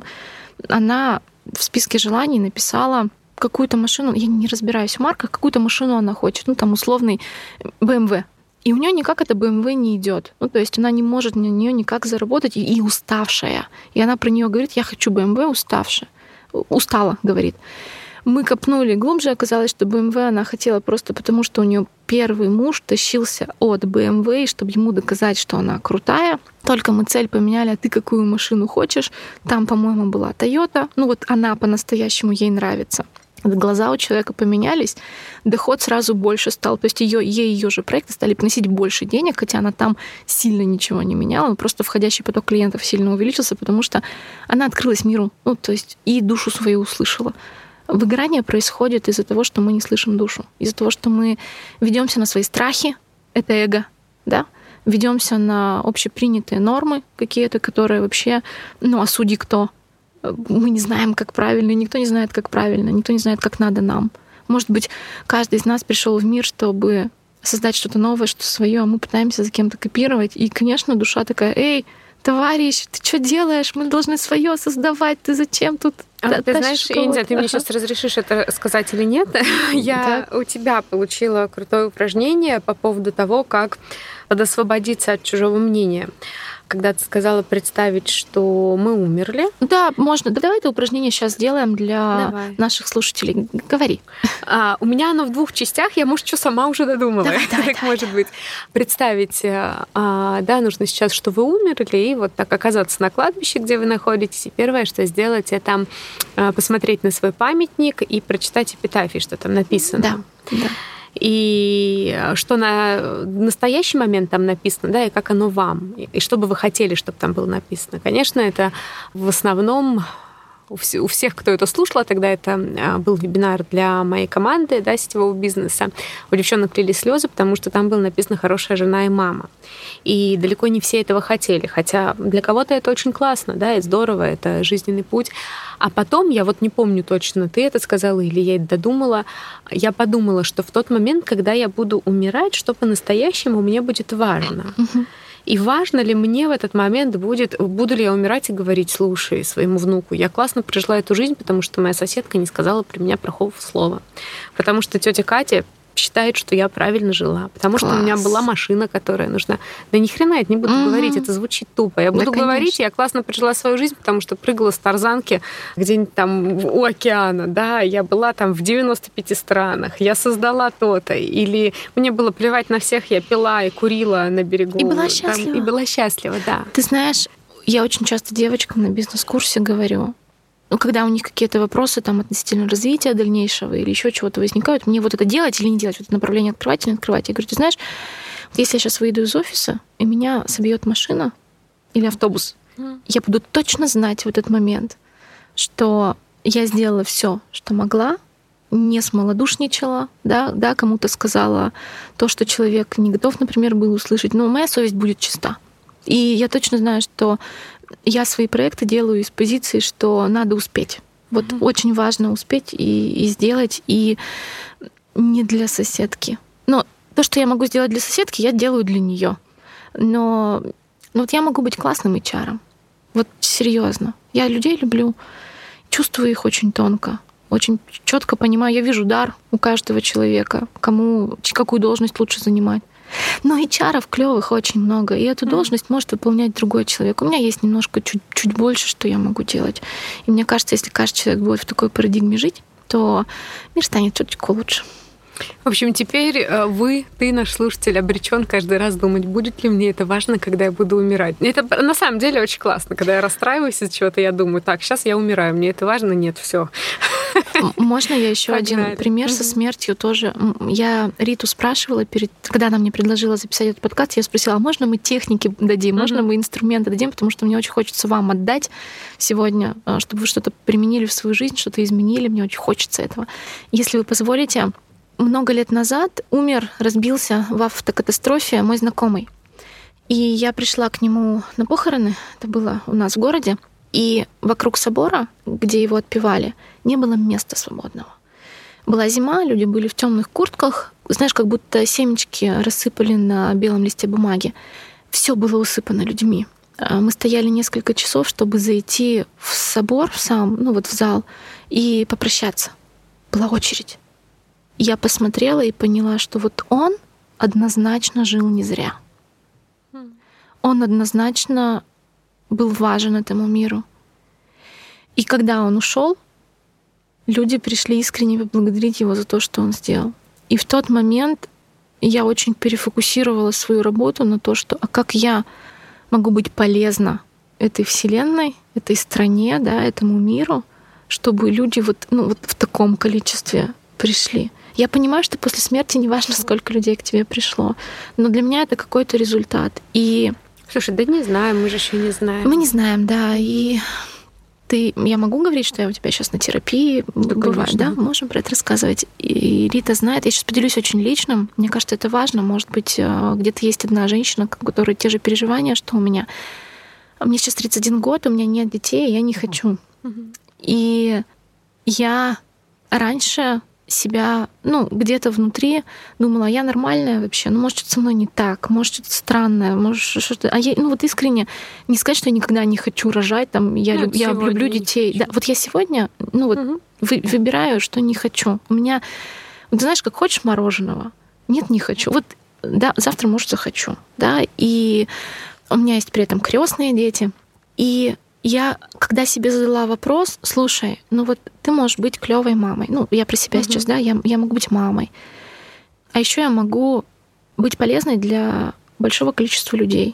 Она в списке желаний написала какую-то машину, я не разбираюсь в марках, какую-то машину она хочет, ну там условный BMW. И у нее никак это BMW не идет. Ну, то есть она не может на нее никак заработать и уставшая. И она про нее говорит: я хочу BMW уставшая. Устала, говорит. Мы копнули глубже, оказалось, что BMW она хотела просто потому, что у нее первый муж тащился от BMW, чтобы ему доказать, что она крутая. Только мы цель поменяли: а ты какую машину хочешь? Там, по-моему, была Toyota. Ну вот она по-настоящему ей нравится. Глаза у человека поменялись, доход сразу больше стал. То есть ее же проекты стали приносить больше денег, хотя она там сильно ничего не меняла, просто входящий поток клиентов сильно увеличился, потому что она открылась миру, ну, то есть и душу свою услышала. Выгорание происходит из-за того, что мы не слышим душу, из-за того, что мы ведемся на свои страхи, это эго, да, ведемся на общепринятые нормы какие-то, которые вообще, а судьи кто? Мы не знаем, как правильно, никто не знает, как правильно, никто не знает, как надо нам. Может быть, каждый из нас пришел в мир, чтобы создать что-то новое, что свое, а мы пытаемся за кем-то копировать. И, конечно, душа такая: эй, товарищ, ты что делаешь? Мы должны свое создавать. Ты зачем тут? Ты знаешь, Индия, ты мне сейчас разрешишь это сказать или нет? Я у тебя получила крутое упражнение по поводу того, как освободиться от чужого мнения. Когда ты сказала представить, что мы умерли. Да, можно. Давай это упражнение сейчас сделаем для наших слушателей. Говори. У меня оно в 2 частях. Я, может, что сама уже додумала. Так может быть. Представить, нужно сейчас, что вы умерли, и вот так оказаться на кладбище, где вы находитесь. И первое, что сделать, это посмотреть на свой памятник и прочитать эпитафии, что там написано. Да. И что на настоящий момент там написано, да, и как оно вам, и что бы вы хотели, чтобы там было написано. Конечно, это в основном у всех, кто это слушал, тогда это был вебинар для моей команды, да, сетевого бизнеса. У девчонок лились слезы, потому что там было написано «хорошая жена и мама». И далеко не все этого хотели, хотя для кого-то это очень классно, да, и здорово, это жизненный путь. А потом, я вот не помню точно, ты это сказала или я это додумала, я подумала, что в тот момент, когда я буду умирать, что по-настоящему мне будет важно. И важно ли мне в этот момент буду ли я умирать и говорить: слушай, своему внуку, я классно прожила эту жизнь, потому что моя соседка не сказала про меня плохого слова. Потому что тетя Катя считает, что я правильно жила, потому что у меня была машина, которая нужна. Да ни хрена я это не буду говорить, это звучит тупо. Я буду говорить, я классно прожила свою жизнь, потому что прыгала с тарзанки где-нибудь там у океана, да, я была там в 95 странах, я создала то-то, или мне было плевать на всех, я пила и курила на берегу. И была счастлива. И была счастлива, да. Ты знаешь, я очень часто девочкам на бизнес-курсе говорю, когда у них какие-то вопросы там относительно развития дальнейшего или еще чего-то возникают, мне вот это делать или не делать, вот это направление открывать или не открывать. Я говорю: ты знаешь, вот если я сейчас выйду из офиса, и меня собьет машина или автобус, я буду точно знать в этот момент, что я сделала все, что могла, не смолодушничала, да, кому-то сказала то, что человек не готов, например, был услышать, но моя совесть будет чиста. И я точно знаю, что я свои проекты делаю из позиции, что надо успеть. Вот очень важно успеть и сделать, и не для соседки. Но то, что я могу сделать для соседки, я делаю для нее. Но вот я могу быть классным HR. Вот серьезно. Я людей люблю, чувствую их очень тонко, очень четко понимаю. Я вижу дар у каждого человека, какую должность лучше занимать. Но HR-ов клёвых очень много, и эту должность может выполнять другой человек. У меня есть немножко чуть больше, что я могу делать. И мне кажется, если каждый человек будет в такой парадигме жить, то мир станет чуточку лучше. В общем, теперь ты, наш слушатель, обречен каждый раз думать, будет ли мне это важно, когда я буду умирать. Это на самом деле очень классно. Когда я расстраиваюсь из чего-то, я думаю: так, сейчас я умираю, мне это важно? Нет, все. Можно я еще один пример со смертью тоже? Я Риту спрашивала, когда она мне предложила записать этот подкаст, я спросила: а можно мы техники дадим, можно мы инструменты дадим, потому что мне очень хочется вам отдать сегодня, чтобы вы что-то применили в свою жизнь, что-то изменили, мне очень хочется этого. Если вы позволите, много лет назад разбился в автокатастрофе мой знакомый. И я пришла к нему на похороны, это было у нас в городе, и вокруг собора, где его отпевали, не было места свободного. Была зима, люди были в темных куртках, знаешь, как будто семечки рассыпали на белом листе бумаги. Все было усыпано людьми. Мы стояли несколько часов, чтобы зайти в собор сам, в зал, и попрощаться. Была очередь. Я посмотрела и поняла, что вот он однозначно жил не зря. Он однозначно был важен этому миру. И когда он ушел, люди пришли искренне поблагодарить его за то, что он сделал. И в тот момент я очень перефокусировала свою работу на то, что как я могу быть полезна этой вселенной, этой стране, да, этому миру, чтобы люди вот в таком количестве пришли. Я понимаю, что после смерти не важно, сколько людей к тебе пришло, но для меня это какой-то результат. И слушай, да не знаю, мы же еще не знаем. Мы не знаем, да. И Я могу говорить, что я у тебя сейчас на терапии бываю, да? Можем про это рассказывать. И Рита знает, я сейчас поделюсь очень личным. Мне кажется, это важно. Может быть, где-то есть одна женщина, у которой те же переживания, что у меня. Мне сейчас 31 год, у меня нет детей, я не хочу. И я раньше себя, где-то внутри думала, я нормальная вообще, может, что-то со мной не так, может, что-то странное, может, что-то... А я, искренне, не сказать, что я никогда не хочу рожать, я люблю детей. Да, вот я сегодня, выбираю, что не хочу. У меня, ты знаешь, как хочешь мороженого? Нет, не хочу. Да, завтра, может, захочу, да, и у меня есть при этом крестные дети, и я, когда себе задала вопрос, слушай, ты можешь быть клевой мамой. Я про себя сейчас, да, я могу быть мамой. А еще я могу быть полезной для большого количества людей.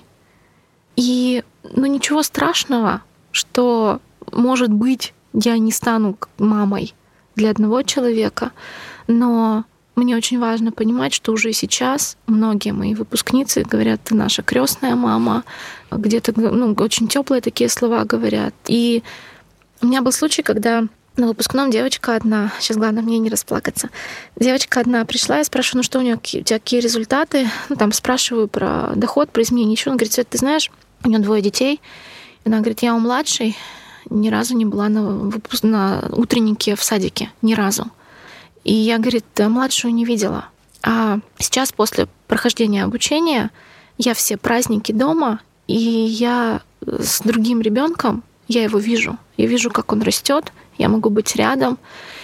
И, ничего страшного, что, может быть, я не стану мамой для одного человека, но мне очень важно понимать, что уже сейчас многие мои выпускницы говорят, ты наша крестная мама, где-то очень теплые такие слова говорят. И у меня был случай, когда на выпускном девочка одна, сейчас главное мне не расплакаться, девочка одна пришла, я спрашиваю, что у тебя какие результаты, спрашиваю про доход, про изменения, еще. Она говорит, Свет, ты знаешь, у нее 2 детей, и она говорит, я у младшей ни разу не была на утреннике в садике, ни разу. И я, говорит, младшую не видела. А сейчас, после прохождения обучения, я все праздники дома, и я с другим ребенком, я его вижу. Я вижу, как он растет, я могу быть рядом.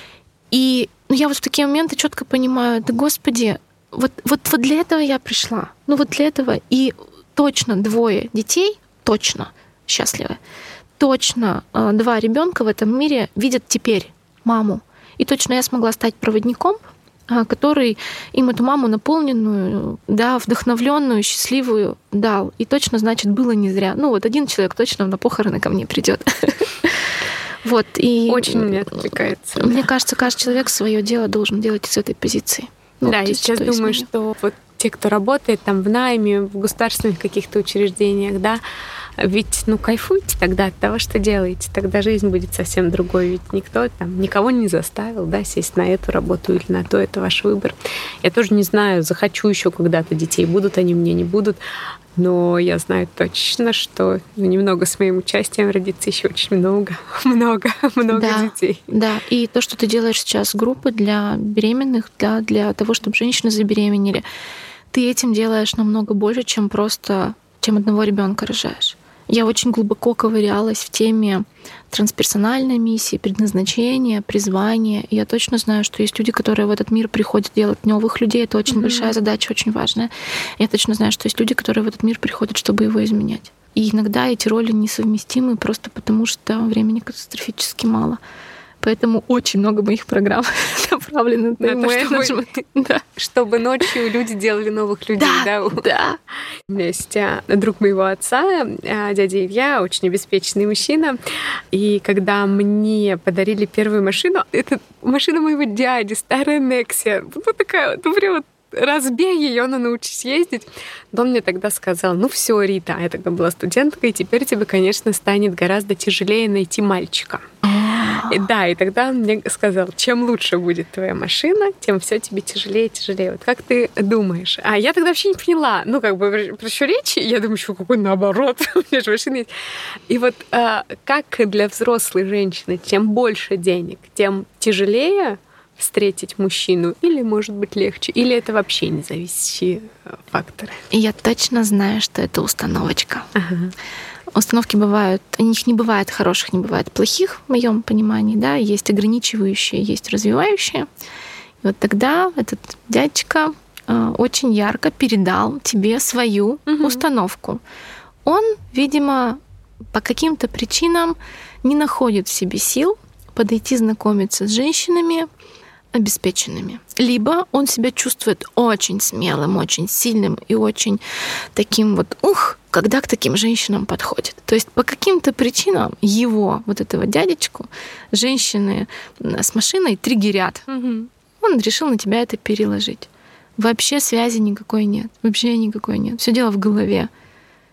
И я в такие моменты четко понимаю, да господи, вот для этого я пришла. Для этого. И точно 2 детей, точно счастливы. Точно 2 ребенка в этом мире видят теперь маму. И точно я смогла стать проводником, который им эту маму наполненную, да, вдохновленную, счастливую дал. И точно, значит, было не зря. Один человек точно на похороны ко мне придет. И очень мне откликается. Мне кажется, каждый человек свое дело должен делать из этой позиции. Да, я сейчас думаю, что те, кто работает в найме, в государственных каких-то учреждениях, да, ведь, кайфуйте тогда от того, что делаете. Тогда жизнь будет совсем другой. Ведь никто никого не заставил, да, сесть на эту работу или на то. Это ваш выбор. Я тоже не знаю, захочу еще когда-то детей. Будут они мне, не будут. Но я знаю точно, что немного с моим участием родится еще очень много детей. Да, и то, что ты делаешь сейчас, группы для беременных, для того, чтобы женщины забеременели, ты этим делаешь намного больше, чем одного ребенка рожаешь. Я очень глубоко ковырялась в теме трансперсональной миссии, предназначения, призвания. И я точно знаю, что есть люди, которые в этот мир приходят делать новых людей. Это очень большая задача, очень важная. Я точно знаю, что есть люди, которые в этот мир приходят, чтобы его изменять. И иногда эти роли несовместимы просто потому, что времени катастрофически мало. Поэтому очень много моих программ направлено на менеджмент. Чтобы ночью люди делали новых людей. Да. У меня есть друг моего отца, дядя Илья, очень обеспеченный мужчина. И когда мне подарили первую машину, это машина моего дяди, старая Nexia. Такая, прям разбей ее, научись ездить. Но он мне тогда сказал, все, Рита, я тогда была студенткой, и теперь тебе, конечно, станет гораздо тяжелее найти мальчика. И тогда он мне сказал, чем лучше будет твоя машина, тем все тебе тяжелее и тяжелее. Как ты думаешь? А я тогда вообще не поняла. Про что речь? Я думаю, что какой наоборот. У меня же машина есть. И как для взрослой женщины, чем больше денег, тем тяжелее встретить мужчину? Или, может быть, легче? Или это вообще независящие факторы? Я точно знаю, что это установочка. Установки бывают, их не бывает хороших, не бывает плохих, в моем понимании, да, есть ограничивающие, есть развивающие. И тогда этот дядечка очень ярко передал тебе свою установку. Он, видимо, по каким-то причинам не находит в себе сил подойти знакомиться с женщинами обеспеченными. Либо он себя чувствует очень смелым, очень сильным и очень таким когда к таким женщинам подходит. То есть по каким-то причинам его, этого дядечку, женщины с машиной триггерят. Он решил на тебя это переложить. Вообще связи никакой нет. Вообще никакой нет. Все дело в голове.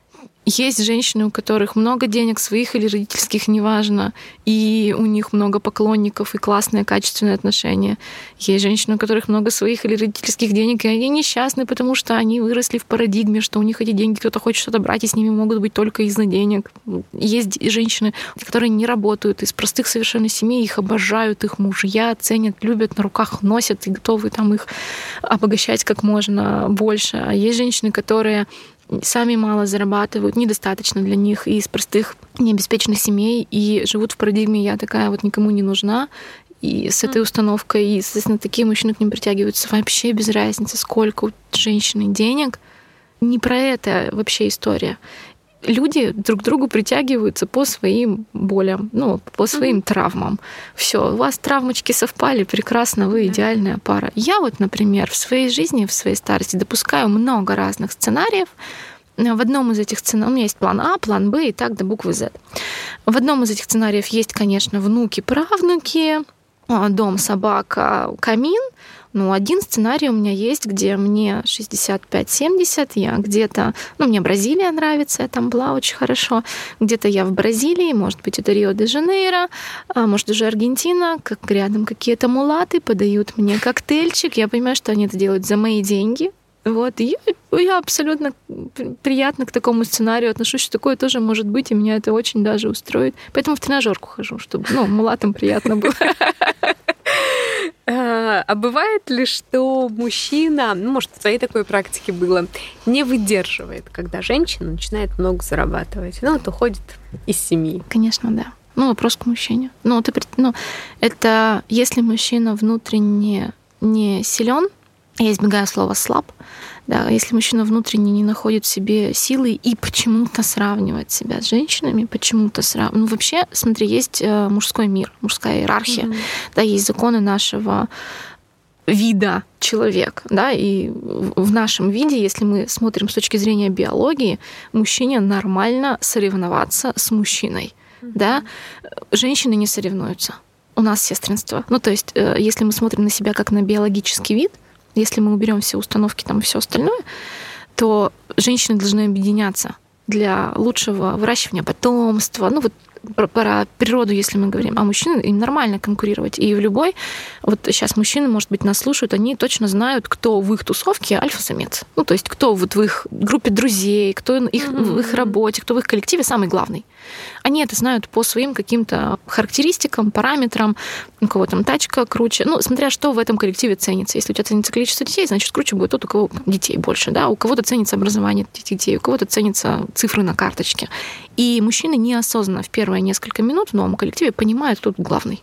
Есть женщины, у которых много денег, своих или родительских, неважно, и у них много поклонников и классные, качественные отношения. Есть женщины, у которых много своих или родительских денег, и они несчастны, потому что они выросли в парадигме, что у них эти деньги кто-то хочет что-то брать, и с ними могут быть только из-за денег. Есть женщины, которые не работают, из простых совершенно семей, их обожают, их мужья ценят, любят, на руках носят и готовы там их обогащать как можно больше. А есть женщины, которые сами мало зарабатывают, недостаточно для них, и из простых необеспеченных семей, и живут в парадигме «я такая вот никому не нужна», и с этой установкой, и, соответственно, такие мужчины к ним притягиваются вообще без разницы, сколько у женщины денег. Не про это вообще история. Люди друг к другу притягиваются по своим болям, по своим травмам. Все, у вас травмочки совпали, прекрасно, вы идеальная пара. Я вот, например, в своей жизни, в своей старости допускаю много разных сценариев. В одном из этих сценариев у меня есть план А, план Б и так до буквы Z. В одном из этих сценариев есть, конечно, внуки, правнуки, дом, собака, камин. Один сценарий у меня есть, где мне 65-70, я где-то, мне Бразилия нравится, я там была очень хорошо, где-то я в Бразилии, может быть, это Рио-де-Жанейро, может, уже Аргентина, как рядом какие-то мулаты подают мне коктейльчик, я понимаю, что они это делают за мои деньги. И я абсолютно приятно к такому сценарию отношусь, что такое тоже может быть, и меня это очень даже устроит. Поэтому в тренажерку хожу, чтобы мулатам приятно было. А бывает ли, что мужчина, может, в твоей такой практике было, не выдерживает, когда женщина начинает много зарабатывать, уходит из семьи? Конечно, да. Вопрос к мужчине. Это если мужчина внутренне не силен, я избегаю слова «слаб», да, если мужчина внутренне не находит в себе силы и почему-то сравнивает себя с женщинами, почему-то сравнивает. Вообще, смотри, есть мужской мир, мужская иерархия, да, есть законы нашего вида человек, да, и в нашем виде, если мы смотрим с точки зрения биологии, мужчине нормально соревноваться с мужчиной, да, женщины не соревнуются. У нас сестринство. То есть, если мы смотрим на себя как на биологический вид, если мы уберем все установки там и все остальное, то женщины должны объединяться для лучшего выращивания потомства. Про природу, если мы говорим, а мужчины, им нормально конкурировать. И в любой... Вот сейчас мужчины, может быть, нас слушают, они точно знают, кто в их тусовке альфа-самец. То есть кто вот в их группе друзей, кто в их работе, кто в их коллективе самый главный. Они это знают по своим каким-то характеристикам, параметрам. У кого там тачка круче. Смотря что в этом коллективе ценится. Если у тебя ценится количество детей, значит, круче будет тот, у кого детей больше. Да? У кого-то ценится образование этих детей, у кого-то ценятся цифры на карточке. И мужчины неосознанно в первые несколько минут в новом коллективе понимают, кто тут главный.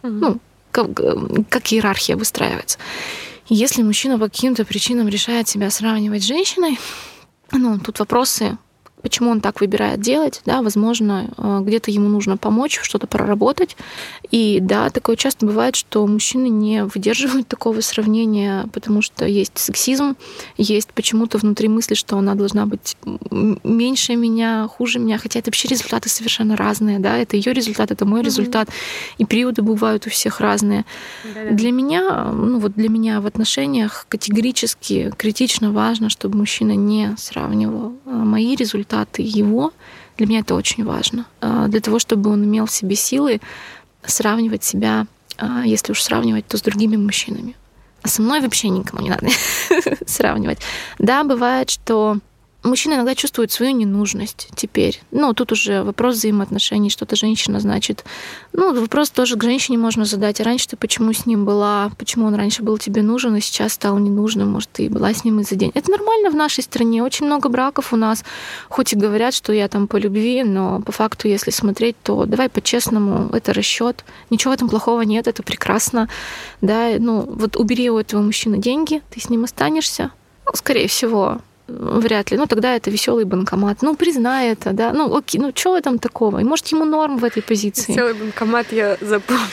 Как иерархия выстраивается. И если мужчина по каким-то причинам решает себя сравнивать с женщиной, тут вопросы, почему он так выбирает делать, да, возможно, где-то ему нужно помочь, что-то проработать. И да, такое часто бывает, что мужчины не выдерживают такого сравнения, потому что есть сексизм, есть почему-то внутри мысли, что она должна быть меньше меня, хуже меня, хотя это вообще результаты совершенно разные, да, это ее результат, это мой результат, и периоды бывают у всех разные. Для меня, для меня в отношениях категорически критично важно, чтобы мужчина не сравнивал мои результаты его. Для меня это очень важно. Для того, чтобы он имел в себе силы сравнивать себя, если уж сравнивать, то с другими мужчинами. А со мной вообще никому не надо сравнивать. Да, бывает, что мужчина иногда чувствует свою ненужность теперь. Тут уже вопрос взаимоотношений, что-то женщина значит. Вопрос тоже к женщине можно задать. А раньше ты почему с ним была? Почему он раньше был тебе нужен, а сейчас стал ненужным? Может, ты была с ним из-за денег? Это нормально в нашей стране. Очень много браков у нас. Хоть и говорят, что я там по любви, но по факту, если смотреть, то давай по-честному, это расчет. Ничего в этом плохого нет, это прекрасно. Да, убери у этого мужчины деньги, ты с ним останешься. Скорее всего, вряд ли. Тогда это веселый банкомат. Признай это, да. Окей, что в этом такого? И может, ему норм в этой позиции. Веселый банкомат я запомню.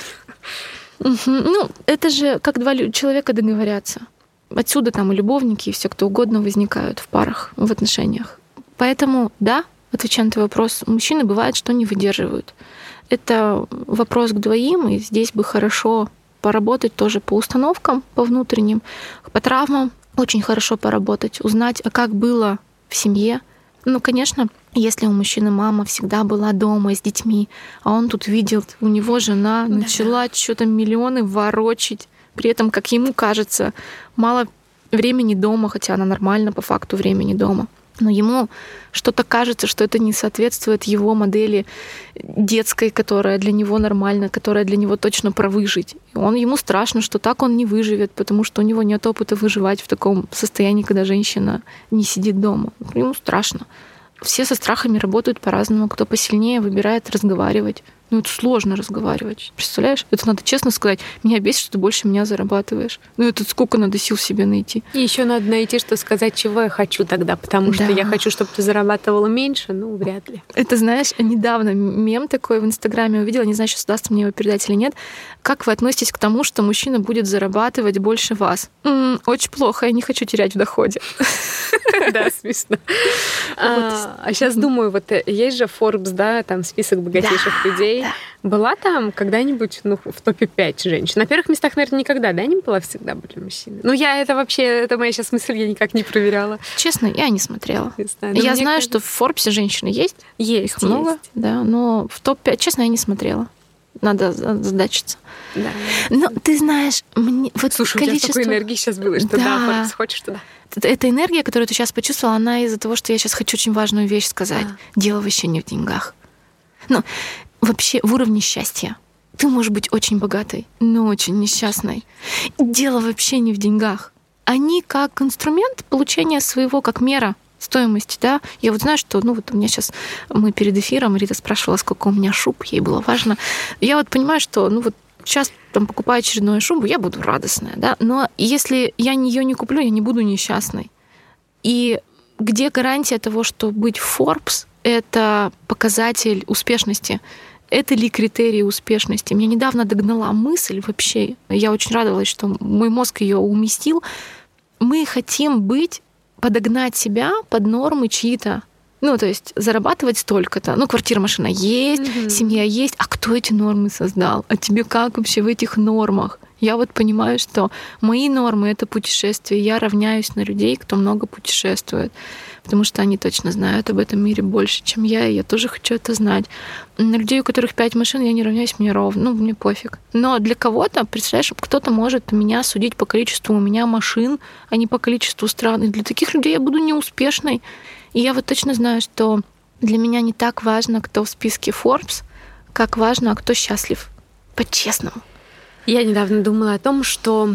Это же как два человека договорятся. Отсюда там и любовники, и все кто угодно возникают в парах, в отношениях. Поэтому, да, отвечая на твой вопрос, мужчины бывает, что не выдерживают. Это вопрос к двоим, и здесь бы хорошо поработать тоже по установкам, по внутренним, по травмам, очень хорошо поработать, узнать, а как было в семье. Конечно, Если у мужчины мама всегда была дома с детьми, а он тут видел, у него жена начала что-то миллионы ворочить, при этом, как ему кажется, мало времени дома, хотя она нормально по факту времени дома. Но ему что-то кажется, что это не соответствует его модели детской, которая для него нормальна, которая для него точно про выжить. Ему страшно, что так он не выживет, потому что у него нет опыта выживать в таком состоянии, когда женщина не сидит дома. Ему страшно. Все со страхами работают по-разному. Кто посильнее выбирает разговаривать. Это сложно разговаривать. Представляешь? Это надо честно сказать. Меня бесит, что ты больше меня зарабатываешь. Это сколько надо сил себе найти. И еще надо найти, что сказать, чего я хочу тогда. Потому что я хочу, чтобы ты зарабатывала меньше. Вряд ли. Это, знаешь, недавно мем такой в Инстаграме увидела. Не знаю, сейчас удастся мне его передать или нет. Как вы относитесь к тому, что мужчина будет зарабатывать больше вас? Очень плохо. Я не хочу терять в доходе. Да, смешно. А сейчас думаю, есть же Forbes, да, там список богатейших людей. Была там когда-нибудь в топе 5 женщин? На первых местах, наверное, никогда, да, не была, всегда были мужчины. Это моя сейчас мысль, я никак не проверяла. Честно, я не смотрела. Я знаю, что в Форбсе женщины есть. Есть. Их много, да, но в топ-5, честно, я не смотрела. Надо задачиться. Да. Но ты знаешь, мне Слушай, у тебя столько энергии сейчас было, что Форбс хочешь туда. Эта энергия, которую ты сейчас почувствовала, она из-за того, что я сейчас хочу очень важную вещь сказать. Дело вообще не в деньгах. Вообще в уровне счастья. Ты можешь быть очень богатой, но очень несчастной. Дело вообще не в деньгах. Они как инструмент получения своего, как мера стоимости, да. Я знаю, что, у меня сейчас, мы перед эфиром, Рита спрашивала, сколько у меня шуб, ей было важно. Я понимаю, что, сейчас покупаю очередную шубу, я буду радостная, да. Но если я ее не куплю, я не буду несчастной. И где гарантия того, что быть в Forbes — это показатель успешности? Это ли критерий успешности? Меня недавно догнала мысль вообще. Я очень радовалась, что мой мозг ее уместил. Мы хотим подогнать себя под нормы чьи-то. То есть зарабатывать столько-то. Квартира, машина есть, семья есть. А кто эти нормы создал? А тебе как вообще в этих нормах? Я понимаю, что мои нормы — это путешествия. Я равняюсь на людей, кто много путешествует. Потому что они точно знают об этом мире больше, чем я, и я тоже хочу это знать. На людей, у которых 5 машин, я не равняюсь, мне ровно, мне пофиг. Но для кого-то, представляешь, кто-то может меня судить по количеству у меня машин, а не по количеству стран. И для таких людей я буду неуспешной. И я точно знаю, что для меня не так важно, кто в списке Forbes, как важно, кто счастлив. По-честному. Я недавно думала о том, что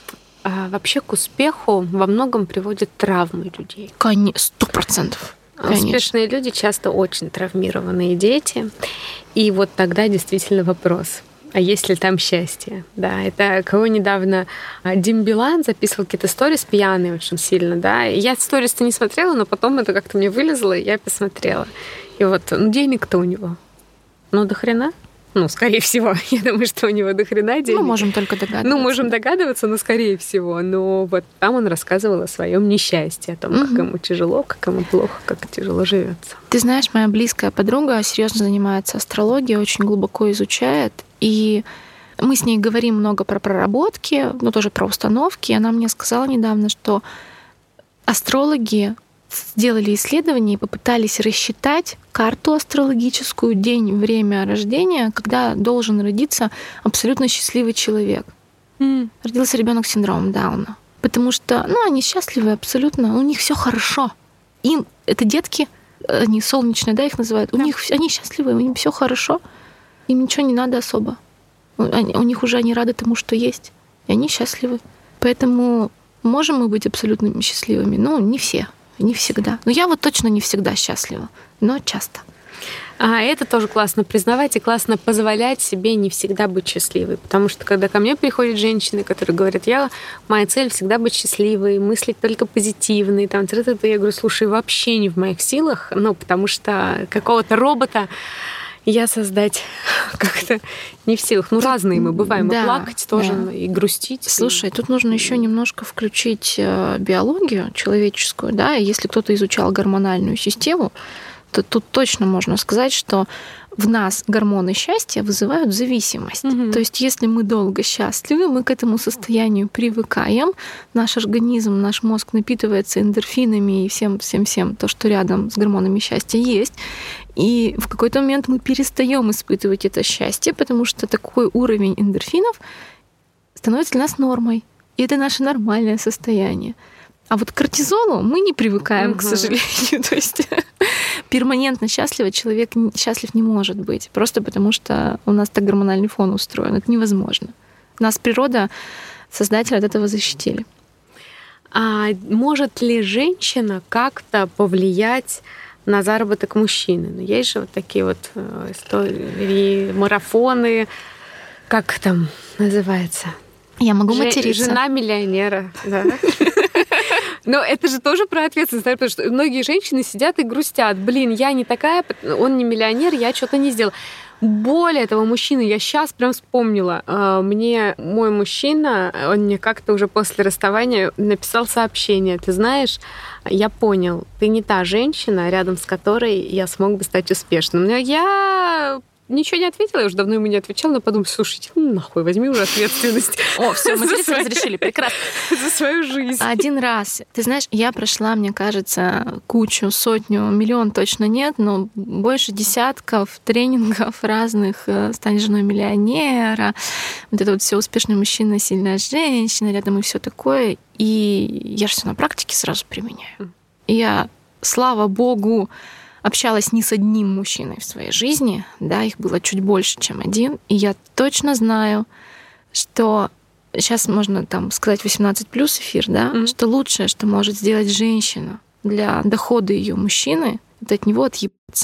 вообще к успеху во многом приводят травмы людей. 100%. Успешные люди часто очень травмированные дети. И тогда действительно вопрос, а есть ли там счастье? Да, это кого недавно Дим Билан записывал какие-то сторис пьяные очень сильно, да. И я сторис-то не смотрела, но потом это как-то мне вылезло, и я посмотрела. И денег-то у него. До хрена. Скорее всего. Я думаю, что у него до хрена денег. Мы можем только догадываться. Можем догадываться, но скорее всего. Но там он рассказывал о своем несчастье, о том, как ему тяжело, как ему плохо, как тяжело живется. Ты знаешь, моя близкая подруга серьезно занимается астрологией, очень глубоко изучает. И мы с ней говорим много про проработки, тоже про установки. И она мне сказала недавно, что астрологи сделали исследование и попытались рассчитать карту астрологическую, день, время рождения, когда должен родиться абсолютно счастливый человек. Родился ребенок с синдромом Дауна. Потому что, они счастливы абсолютно, у них все хорошо. Им это детки, они солнечные, да, их называют. Они счастливы, у них все хорошо, им ничего не надо особо. У них уже они рады тому, что есть, и они счастливы. Поэтому можем мы быть абсолютно счастливыми? Не все. Не всегда. Но я точно не всегда счастлива, но часто. Это тоже классно признавать и классно позволять себе не всегда быть счастливой. Потому что когда ко мне приходят женщины, которые говорят, моя цель всегда быть счастливой, мыслить только позитивно, я говорю, слушай, вообще не в моих силах, потому что какого-то робота я создать как-то не в силах. Разные мы бываем. И плакать тоже, и грустить. Слушай, тут нужно еще немножко включить биологию человеческую, да, и если кто-то изучал гормональную систему, то тут точно можно сказать, что в нас гормоны счастья вызывают зависимость. То есть если мы долго счастливы, мы к этому состоянию привыкаем, наш организм, наш мозг напитывается эндорфинами и всем, то, что рядом с гормонами счастья есть. И в какой-то момент мы перестаем испытывать это счастье, потому что такой уровень эндорфинов становится для нас нормой. И это наше нормальное состояние. А вот к кортизолу мы не привыкаем, к сожалению. То есть перманентно счастливый человек счастлив не может быть, просто потому что у нас так гормональный фон устроен. Это невозможно. Нас природа, создатели от этого защитили. А может ли женщина как-то повлиять на заработок мужчины? Ну, есть же вот такие вот истории, марафоны, как там называется? Я могу материться. Жена миллионера, да. Но это же тоже про ответственность, потому что многие женщины сидят и грустят. Блин, я не такая, он не миллионер, я что-то не сделала. Более того, мужчины, я сейчас прям вспомнила, мне мой мужчина, он мне как-то уже после расставания написал сообщение. Ты знаешь, я понял, ты не та женщина, рядом с которой я смог бы стать успешным. Но я ничего не ответила, я уже давно ему не отвечала, но подумала, слушайте, нахуй, возьми уже ответственность. О, все, материться разрешили, прекрасно. За свою жизнь. Один раз. Ты знаешь, я прошла, мне кажется, кучу, сотню, миллион точно нет, но больше десятков тренингов разных. Стань женой миллионера, вот это вот все успешный мужчина, сильная женщина, рядом и все такое. И я же все на практике сразу применяю. И я, слава богу, общалась не с одним мужчиной в своей жизни, да, их было чуть больше, чем один, и я точно знаю, что сейчас можно там сказать 18+ эфир, да, что лучшее, что может сделать женщина для дохода ее мужчины, это от него отъебаться.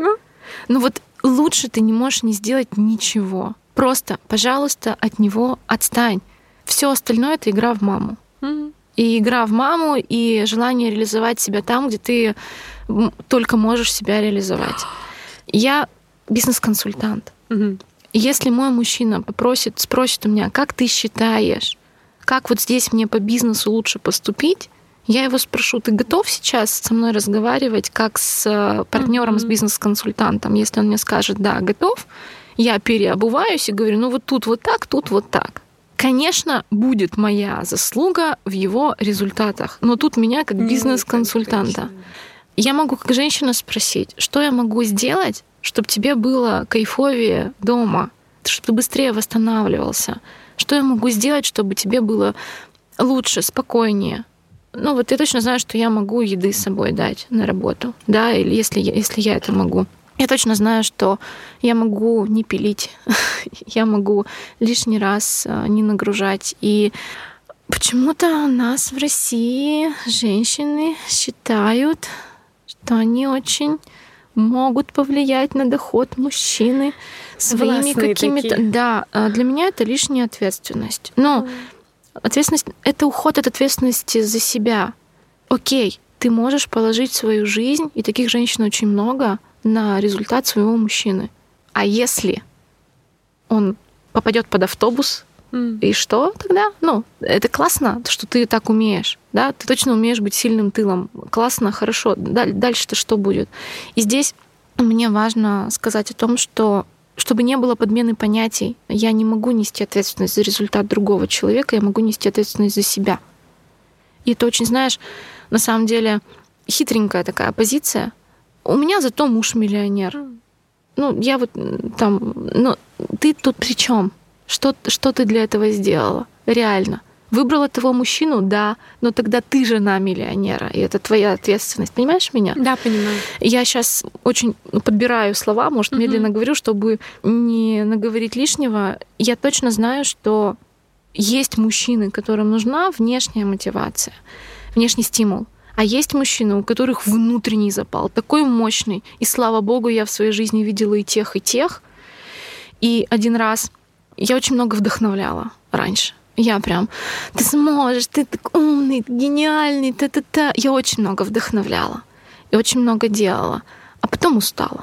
Ну вот лучше ты не можешь не сделать ничего. Просто, пожалуйста, от него отстань. Все остальное — это игра в маму. И игра в маму, и желание реализовать себя там, где ты только можешь себя реализовать. Я бизнес-консультант. Если мой мужчина спросит у меня, как ты считаешь, как вот здесь мне по бизнесу лучше поступить, я его спрошу, ты готов сейчас со мной разговаривать как с партнером, с бизнес-консультантом? Если он мне скажет, да, готов, я переобуваюсь и говорю, ну вот тут вот так, тут вот так. Конечно, будет моя заслуга в его результатах, но тут меня как бизнес-консультанта. Я могу как женщина спросить, что я могу сделать, чтобы тебе было кайфовее дома, чтобы ты быстрее восстанавливался? Что я могу сделать, чтобы тебе было лучше, спокойнее? Ну вот я точно знаю, что я могу еды с собой дать на работу, да, или если я это могу. Я точно знаю, что я могу не пилить, я могу лишний раз не нагружать. И почему-то у нас в России женщины считают, что они очень могут повлиять на доход мужчины своими какими-то... Такие. Да, для меня это лишняя ответственность. Но ответственность — это уход от ответственности за себя. Окей, ты можешь положить свою жизнь, и таких женщин очень много, на результат своего мужчины. А если он попадет под автобус, и что тогда? Ну, это классно, что ты так умеешь, да? Ты точно умеешь быть сильным тылом. Классно, хорошо. Дальше-то что будет? И здесь мне важно сказать о том, что чтобы не было подмены понятий, я не могу нести ответственность за результат другого человека, я могу нести ответственность за себя. И это очень, знаешь, на самом деле хитренькая такая позиция. У меня зато муж миллионер. Ну, я вот там... Ну, ты тут при чем? Что ты для этого сделала? Реально. Выбрала того мужчину? Да. Но тогда ты жена миллионера, и это твоя ответственность. Понимаешь меня? Да, понимаю. Я сейчас очень подбираю слова, может, медленно говорю, чтобы не наговорить лишнего. Я точно знаю, что есть мужчины, которым нужна внешняя мотивация, внешний стимул. А есть мужчины, у которых внутренний запал такой мощный. И слава богу, я в своей жизни видела и тех, и тех. И один раз я очень много вдохновляла раньше. Я прям, ты сможешь, ты так умный, ты гениальный, та-та-та. Я очень много вдохновляла и очень много делала. А потом устала.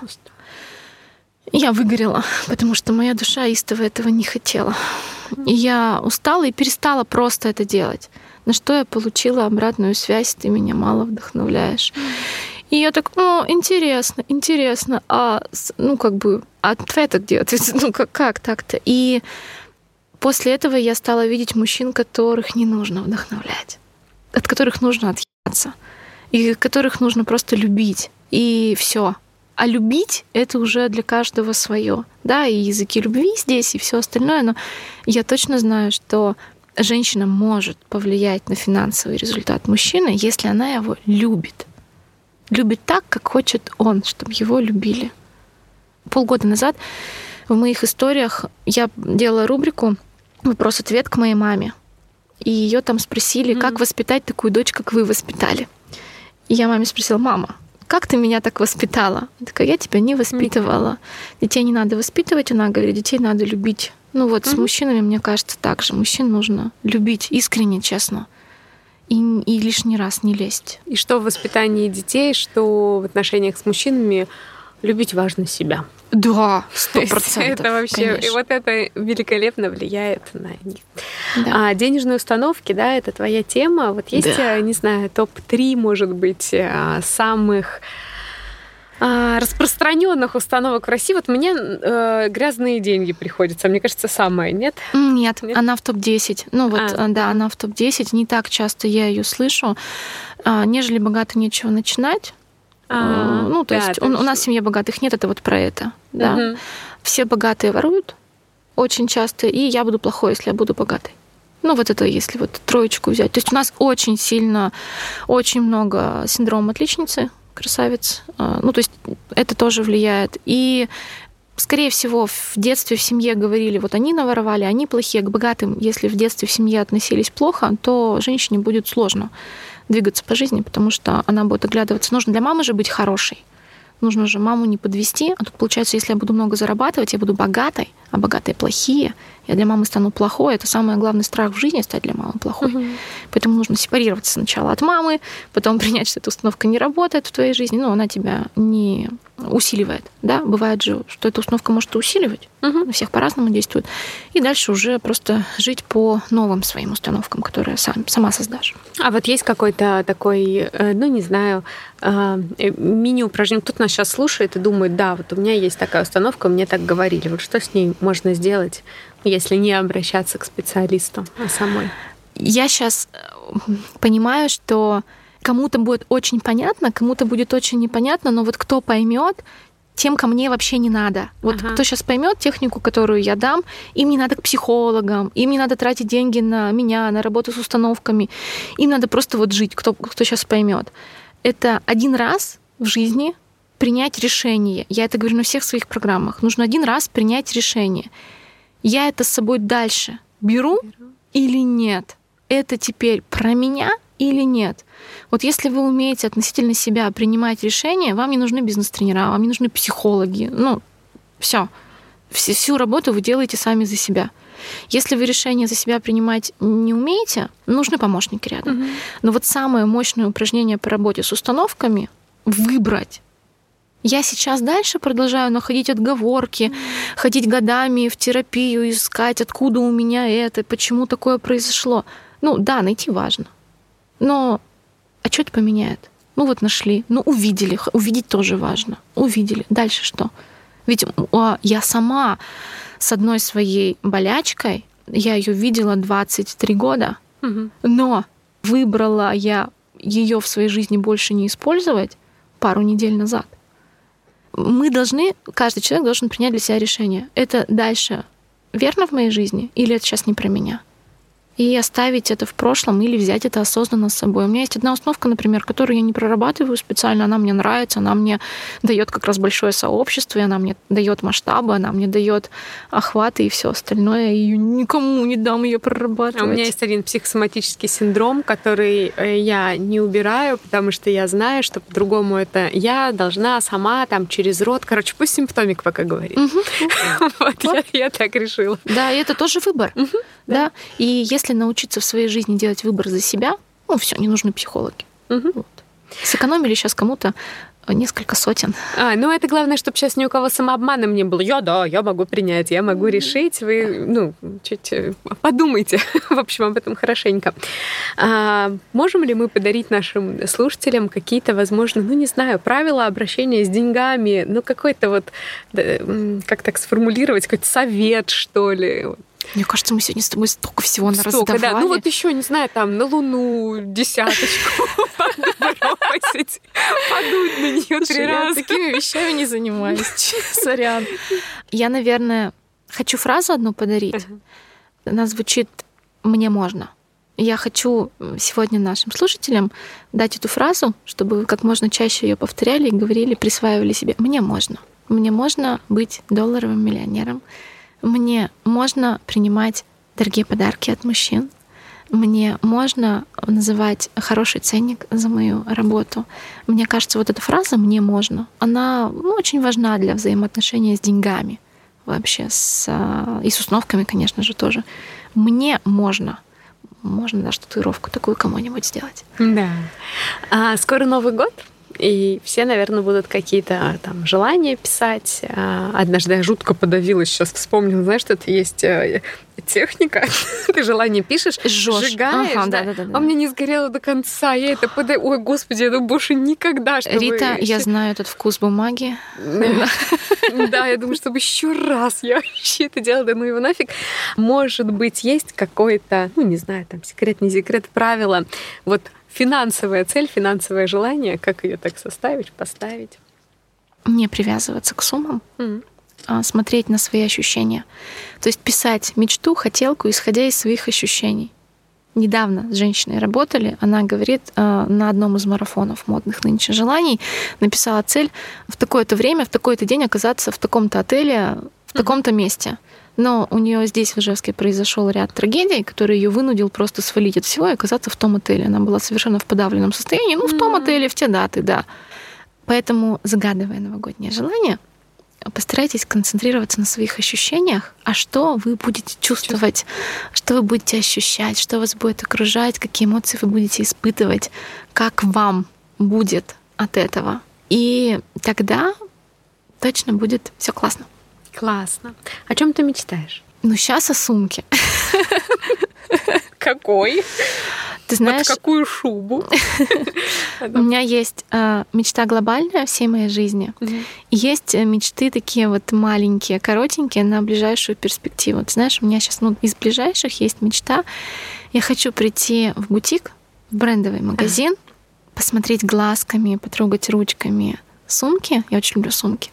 Я выгорела, потому что моя душа истово этого не хотела. И я устала и перестала просто это делать. На что я получила обратную связь: ты меня мало вдохновляешь. И я так, интересно, а твоя-то где? Как так-то? И после этого я стала видеть мужчин, которых не нужно вдохновлять, от которых нужно отъебаться, и которых нужно просто любить. И все. А любить — это уже для каждого свое. Да, и языки любви здесь, и все остальное. Но я точно знаю, что женщина может повлиять на финансовый результат мужчины, если она его любит. Любит так, как хочет он, чтобы его любили. Полгода назад в моих историях я делала рубрику «Вопрос-ответ к моей маме». И ее там спросили, как воспитать такую дочь, как вы воспитали. И я маме спросила: мама, как ты меня так воспитала? Она такая: я тебя не воспитывала. Детей не надо воспитывать, она говорит, детей надо любить. С мужчинами, мне кажется, так же. Мужчин нужно любить искренне, честно. И лишний раз не лезть. И что в воспитании детей, что в отношениях с мужчинами, любить важно себя. Да, 100%. Это вообще, конечно. И вот это великолепно влияет на них. Да. А денежные установки, да, это твоя тема. Вот есть, не знаю, топ-3, может быть, самых распространенных установок в России. Вот мне грязные деньги приходятся. Мне кажется, самое, нет? Нет, она в топ-10. Она в топ-10. Не так часто я ее слышу. Нежели богато нечего начинать. У нас в семье богатых нет, это вот про это. Да? Все богатые воруют очень часто, и я буду плохой, если я буду богатой. Это если троечку взять. То есть у нас очень много синдрома отличницы, красавиц. То есть это тоже влияет. И, скорее всего, в детстве в семье говорили, они наворовали, они плохие. К богатым, если в детстве в семье относились плохо, то женщине будет сложно двигаться по жизни, потому что она будет оглядываться. Нужно для мамы же быть хорошей. Нужно же маму не подвести. А тут получается, если я буду много зарабатывать, я буду богатой, а богатые плохие, я для мамы стану плохой. Это самый главный страх в жизни — стать для мамы плохой. Поэтому нужно сепарироваться сначала от мамы, потом принять, что эта установка не работает в твоей жизни, она тебя не усиливает. Да? Бывает же, что эта установка может и усиливать. У всех по-разному действует. И дальше уже просто жить по новым своим установкам, которые сама создашь. А вот есть какой-то такой, мини-упражнение. Кто-то нас сейчас слушает и думает: да, вот у меня есть такая установка, мне так говорили. Вот что с ней можно сделать, если не обращаться к специалисту, а самой? Я сейчас понимаю, что кому-то будет очень понятно, кому-то будет очень непонятно, но кто поймет, тем ко мне вообще не надо. Кто сейчас поймет технику, которую я дам, им не надо к психологам, им не надо тратить деньги на меня, на работу с установками. Им надо просто жить, кто сейчас поймет. Это один раз в жизни принять решение. Я это говорю на всех своих программах. Нужно один раз принять решение. Я это с собой дальше беру или нет? Это теперь про меня или нет? Если вы умеете относительно себя принимать решения, вам не нужны бизнес-тренера, вам не нужны психологи. Всю работу вы делаете сами за себя. Если вы решения за себя принимать не умеете, нужны помощники рядом. Но самое мощное упражнение по работе с установками — выбрать. Я сейчас дальше продолжаю находить отговорки, ходить годами в терапию, искать, откуда у меня это, почему такое произошло. Найти важно. Но что это поменяет? Нашли, увидели. Увидеть тоже важно. Увидели. Дальше что? Ведь я сама с одной своей болячкой, я ее видела 23 года, но выбрала я ее в своей жизни больше не использовать пару недель назад. Каждый человек должен принять для себя решение. Это дальше верно в моей жизни или это сейчас не про меня? И оставить это в прошлом или взять это осознанно с собой. У меня есть одна установка, например, которую я не прорабатываю специально, она мне нравится, она мне дает как раз большое сообщество, и она мне дает масштабы, она мне дает охваты и все остальное, и никому не дам ее прорабатывать. У меня есть один психосоматический синдром, который я не убираю, потому что я знаю, что по-другому это я должна сама через рот. Пусть симптомик пока говорит. Я так решила. Да, и это тоже выбор. Да. И если научиться в своей жизни делать выбор за себя, все, не нужны психологи. Сэкономили сейчас кому-то несколько сотен. Ну это главное, чтобы сейчас ни у кого самообманом не было. Я могу принять, я могу решить. Вы, чуть подумайте, в общем, об этом хорошенько. Можем ли мы подарить нашим слушателям какие-то, возможно, не знаю, правила обращения с деньгами, какой-то вот, как так сформулировать, какой-то совет, что ли? Мне кажется, мы сегодня с тобой столько всего раздавали. Да. Еще, не знаю, там, на Луну 10 бросить, подуть на нее 3 раза. Я такими вещами не занимаюсь. Сорян. Я, наверное, хочу фразу одну подарить. Она звучит «мне можно». Я хочу сегодня нашим слушателям дать эту фразу, чтобы вы как можно чаще ее повторяли и говорили, присваивали себе «мне можно». Мне можно быть долларовым миллионером. Мне можно принимать дорогие подарки от мужчин. Мне можно называть хороший ценник за мою работу. Мне кажется, вот эта фраза «мне можно», она очень важна для взаимоотношения с деньгами вообще, и с установками, конечно же, тоже. Мне можно. Можно даже татуировку такую кому-нибудь сделать. Да. Скоро Новый год. И все, наверное, будут какие-то там желания писать. Однажды я жутко подавилась, сейчас вспомнила, знаешь, что это есть техника. Ты желание пишешь, сжигаешь, да. А мне не сгорело до конца. Я это Ой, господи, это больше никогда. Рита, я знаю этот вкус бумаги. Да, я думаю, чтобы еще раз я вообще это делала, да ну его нафиг. Может быть, есть какое-то, не знаю, там секрет, не секрет, правило. Вот финансовая цель, финансовое желание, как ее так составить, поставить? Не привязываться к суммам, а смотреть на свои ощущения. То есть писать мечту, хотелку, исходя из своих ощущений. Недавно с женщиной работали, она говорит, на одном из марафонов модных нынче желаний написала цель в такое-то время, в такой-то день оказаться в таком-то отеле, в таком-то месте. Но у нее здесь, в Ижевске, произошел ряд трагедий, который ее вынудил просто свалить от всего и оказаться в том отеле. Она была совершенно в подавленном состоянии, в том отеле, в те даты, да. Поэтому, загадывая новогоднее желание, постарайтесь концентрироваться на своих ощущениях, а что вы будете чувствовать, что вы будете ощущать, что вас будет окружать, какие эмоции вы будете испытывать, как вам будет от этого. И тогда точно будет все классно. Классно. О чем ты мечтаешь? Сейчас о сумке. Какой? Ты знаешь, вот какую шубу? У меня есть мечта глобальная всей моей жизни. И есть мечты такие вот маленькие, коротенькие на ближайшую перспективу. Ты знаешь, у меня сейчас из ближайших есть мечта. Я хочу прийти в бутик, в брендовый магазин, посмотреть глазками, потрогать ручками сумки. Я очень люблю сумки.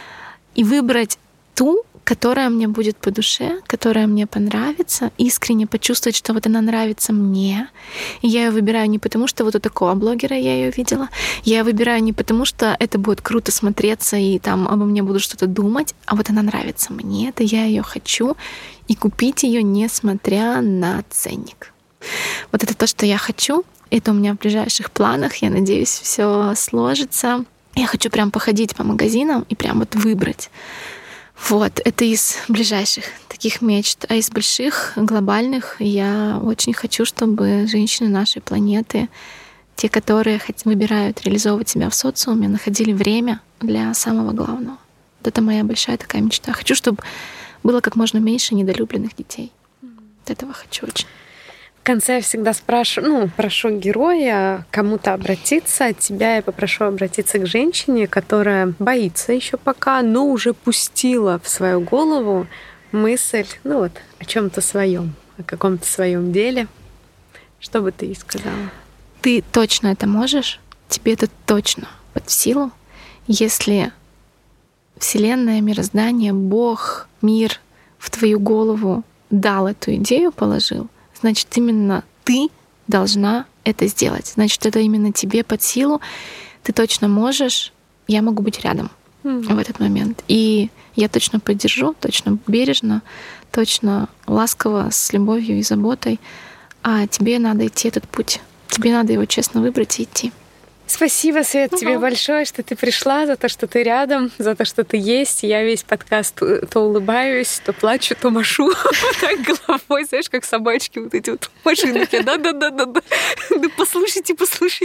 И выбрать ту, которая мне будет по душе, которая мне понравится, искренне почувствовать, что вот она нравится мне. И я ее выбираю не потому, что вот у такого блогера я ее видела. Я ее выбираю не потому, что это будет круто смотреться и там обо мне будут что-то думать, а вот она нравится мне, это я ее хочу, и купить ее несмотря на ценник. Вот это то, что я хочу. Это у меня в ближайших планах. Я надеюсь, все сложится. Я хочу прям походить по магазинам и прям вот выбрать. Вот, это из ближайших таких мечт. А из больших, глобальных, я очень хочу, чтобы женщины нашей планеты, те, которые выбирают реализовывать себя в социуме, находили время для самого главного. Вот это моя большая такая мечта. Хочу, чтобы было как можно меньше недолюбленных детей. Вот этого хочу очень. В конце я всегда прошу героя кому-то обратиться. От тебя я попрошу обратиться к женщине, которая боится еще пока, но уже пустила в свою голову мысль, о чем-то своем, о каком-то своем деле. Что бы ты ей сказала? Ты точно это можешь, тебе это точно под силу, если Вселенная, мироздание, Бог, мир в твою голову дал эту идею, положил, значит, именно ты должна это сделать. Значит, это именно тебе под силу. Ты точно можешь, я могу быть рядом в этот момент. И я точно поддержу, точно бережно, точно ласково, с любовью и заботой. А тебе надо идти этот путь. Тебе надо его честно выбрать и идти. Спасибо, Свет, тебе большое, что ты пришла, за то, что ты рядом, за то, что ты есть. Я весь подкаст то улыбаюсь, то плачу, то машу вот так головой, знаешь, как собачки вот эти вот машинки. Да-да-да. Да послушайте.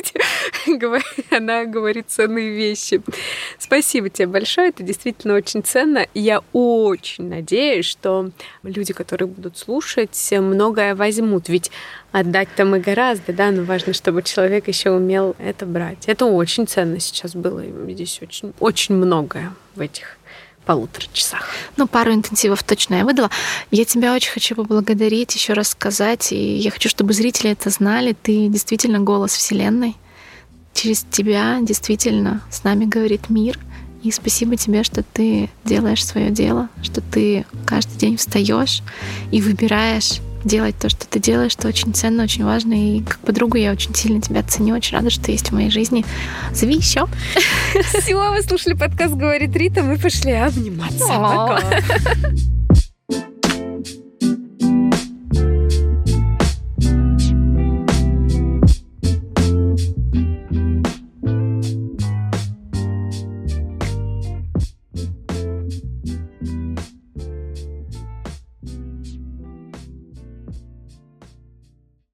Она говорит ценные вещи. Спасибо тебе большое, это действительно очень ценно. Я очень надеюсь, что люди, которые будут слушать, многое возьмут. Ведь отдать-то мы гораздо, да, но важно, чтобы человек еще умел это брать. Это очень ценно сейчас было. Здесь очень, очень многое в этих 1,5 часах. Пару интенсивов точно я выдала. Я тебя очень хочу поблагодарить, еще раз сказать, и я хочу, чтобы зрители это знали. Ты действительно голос Вселенной. Через тебя действительно с нами говорит мир. И спасибо тебе, что ты делаешь свое дело, что ты каждый день встаешь и выбираешь делать то, что ты делаешь, что очень ценно, очень важно. И как подругу я очень сильно тебя ценю, очень рада, что ты есть в моей жизни. Зови еще. Все, вы слушали подкаст «Говорит Рита», мы пошли обниматься. Пока.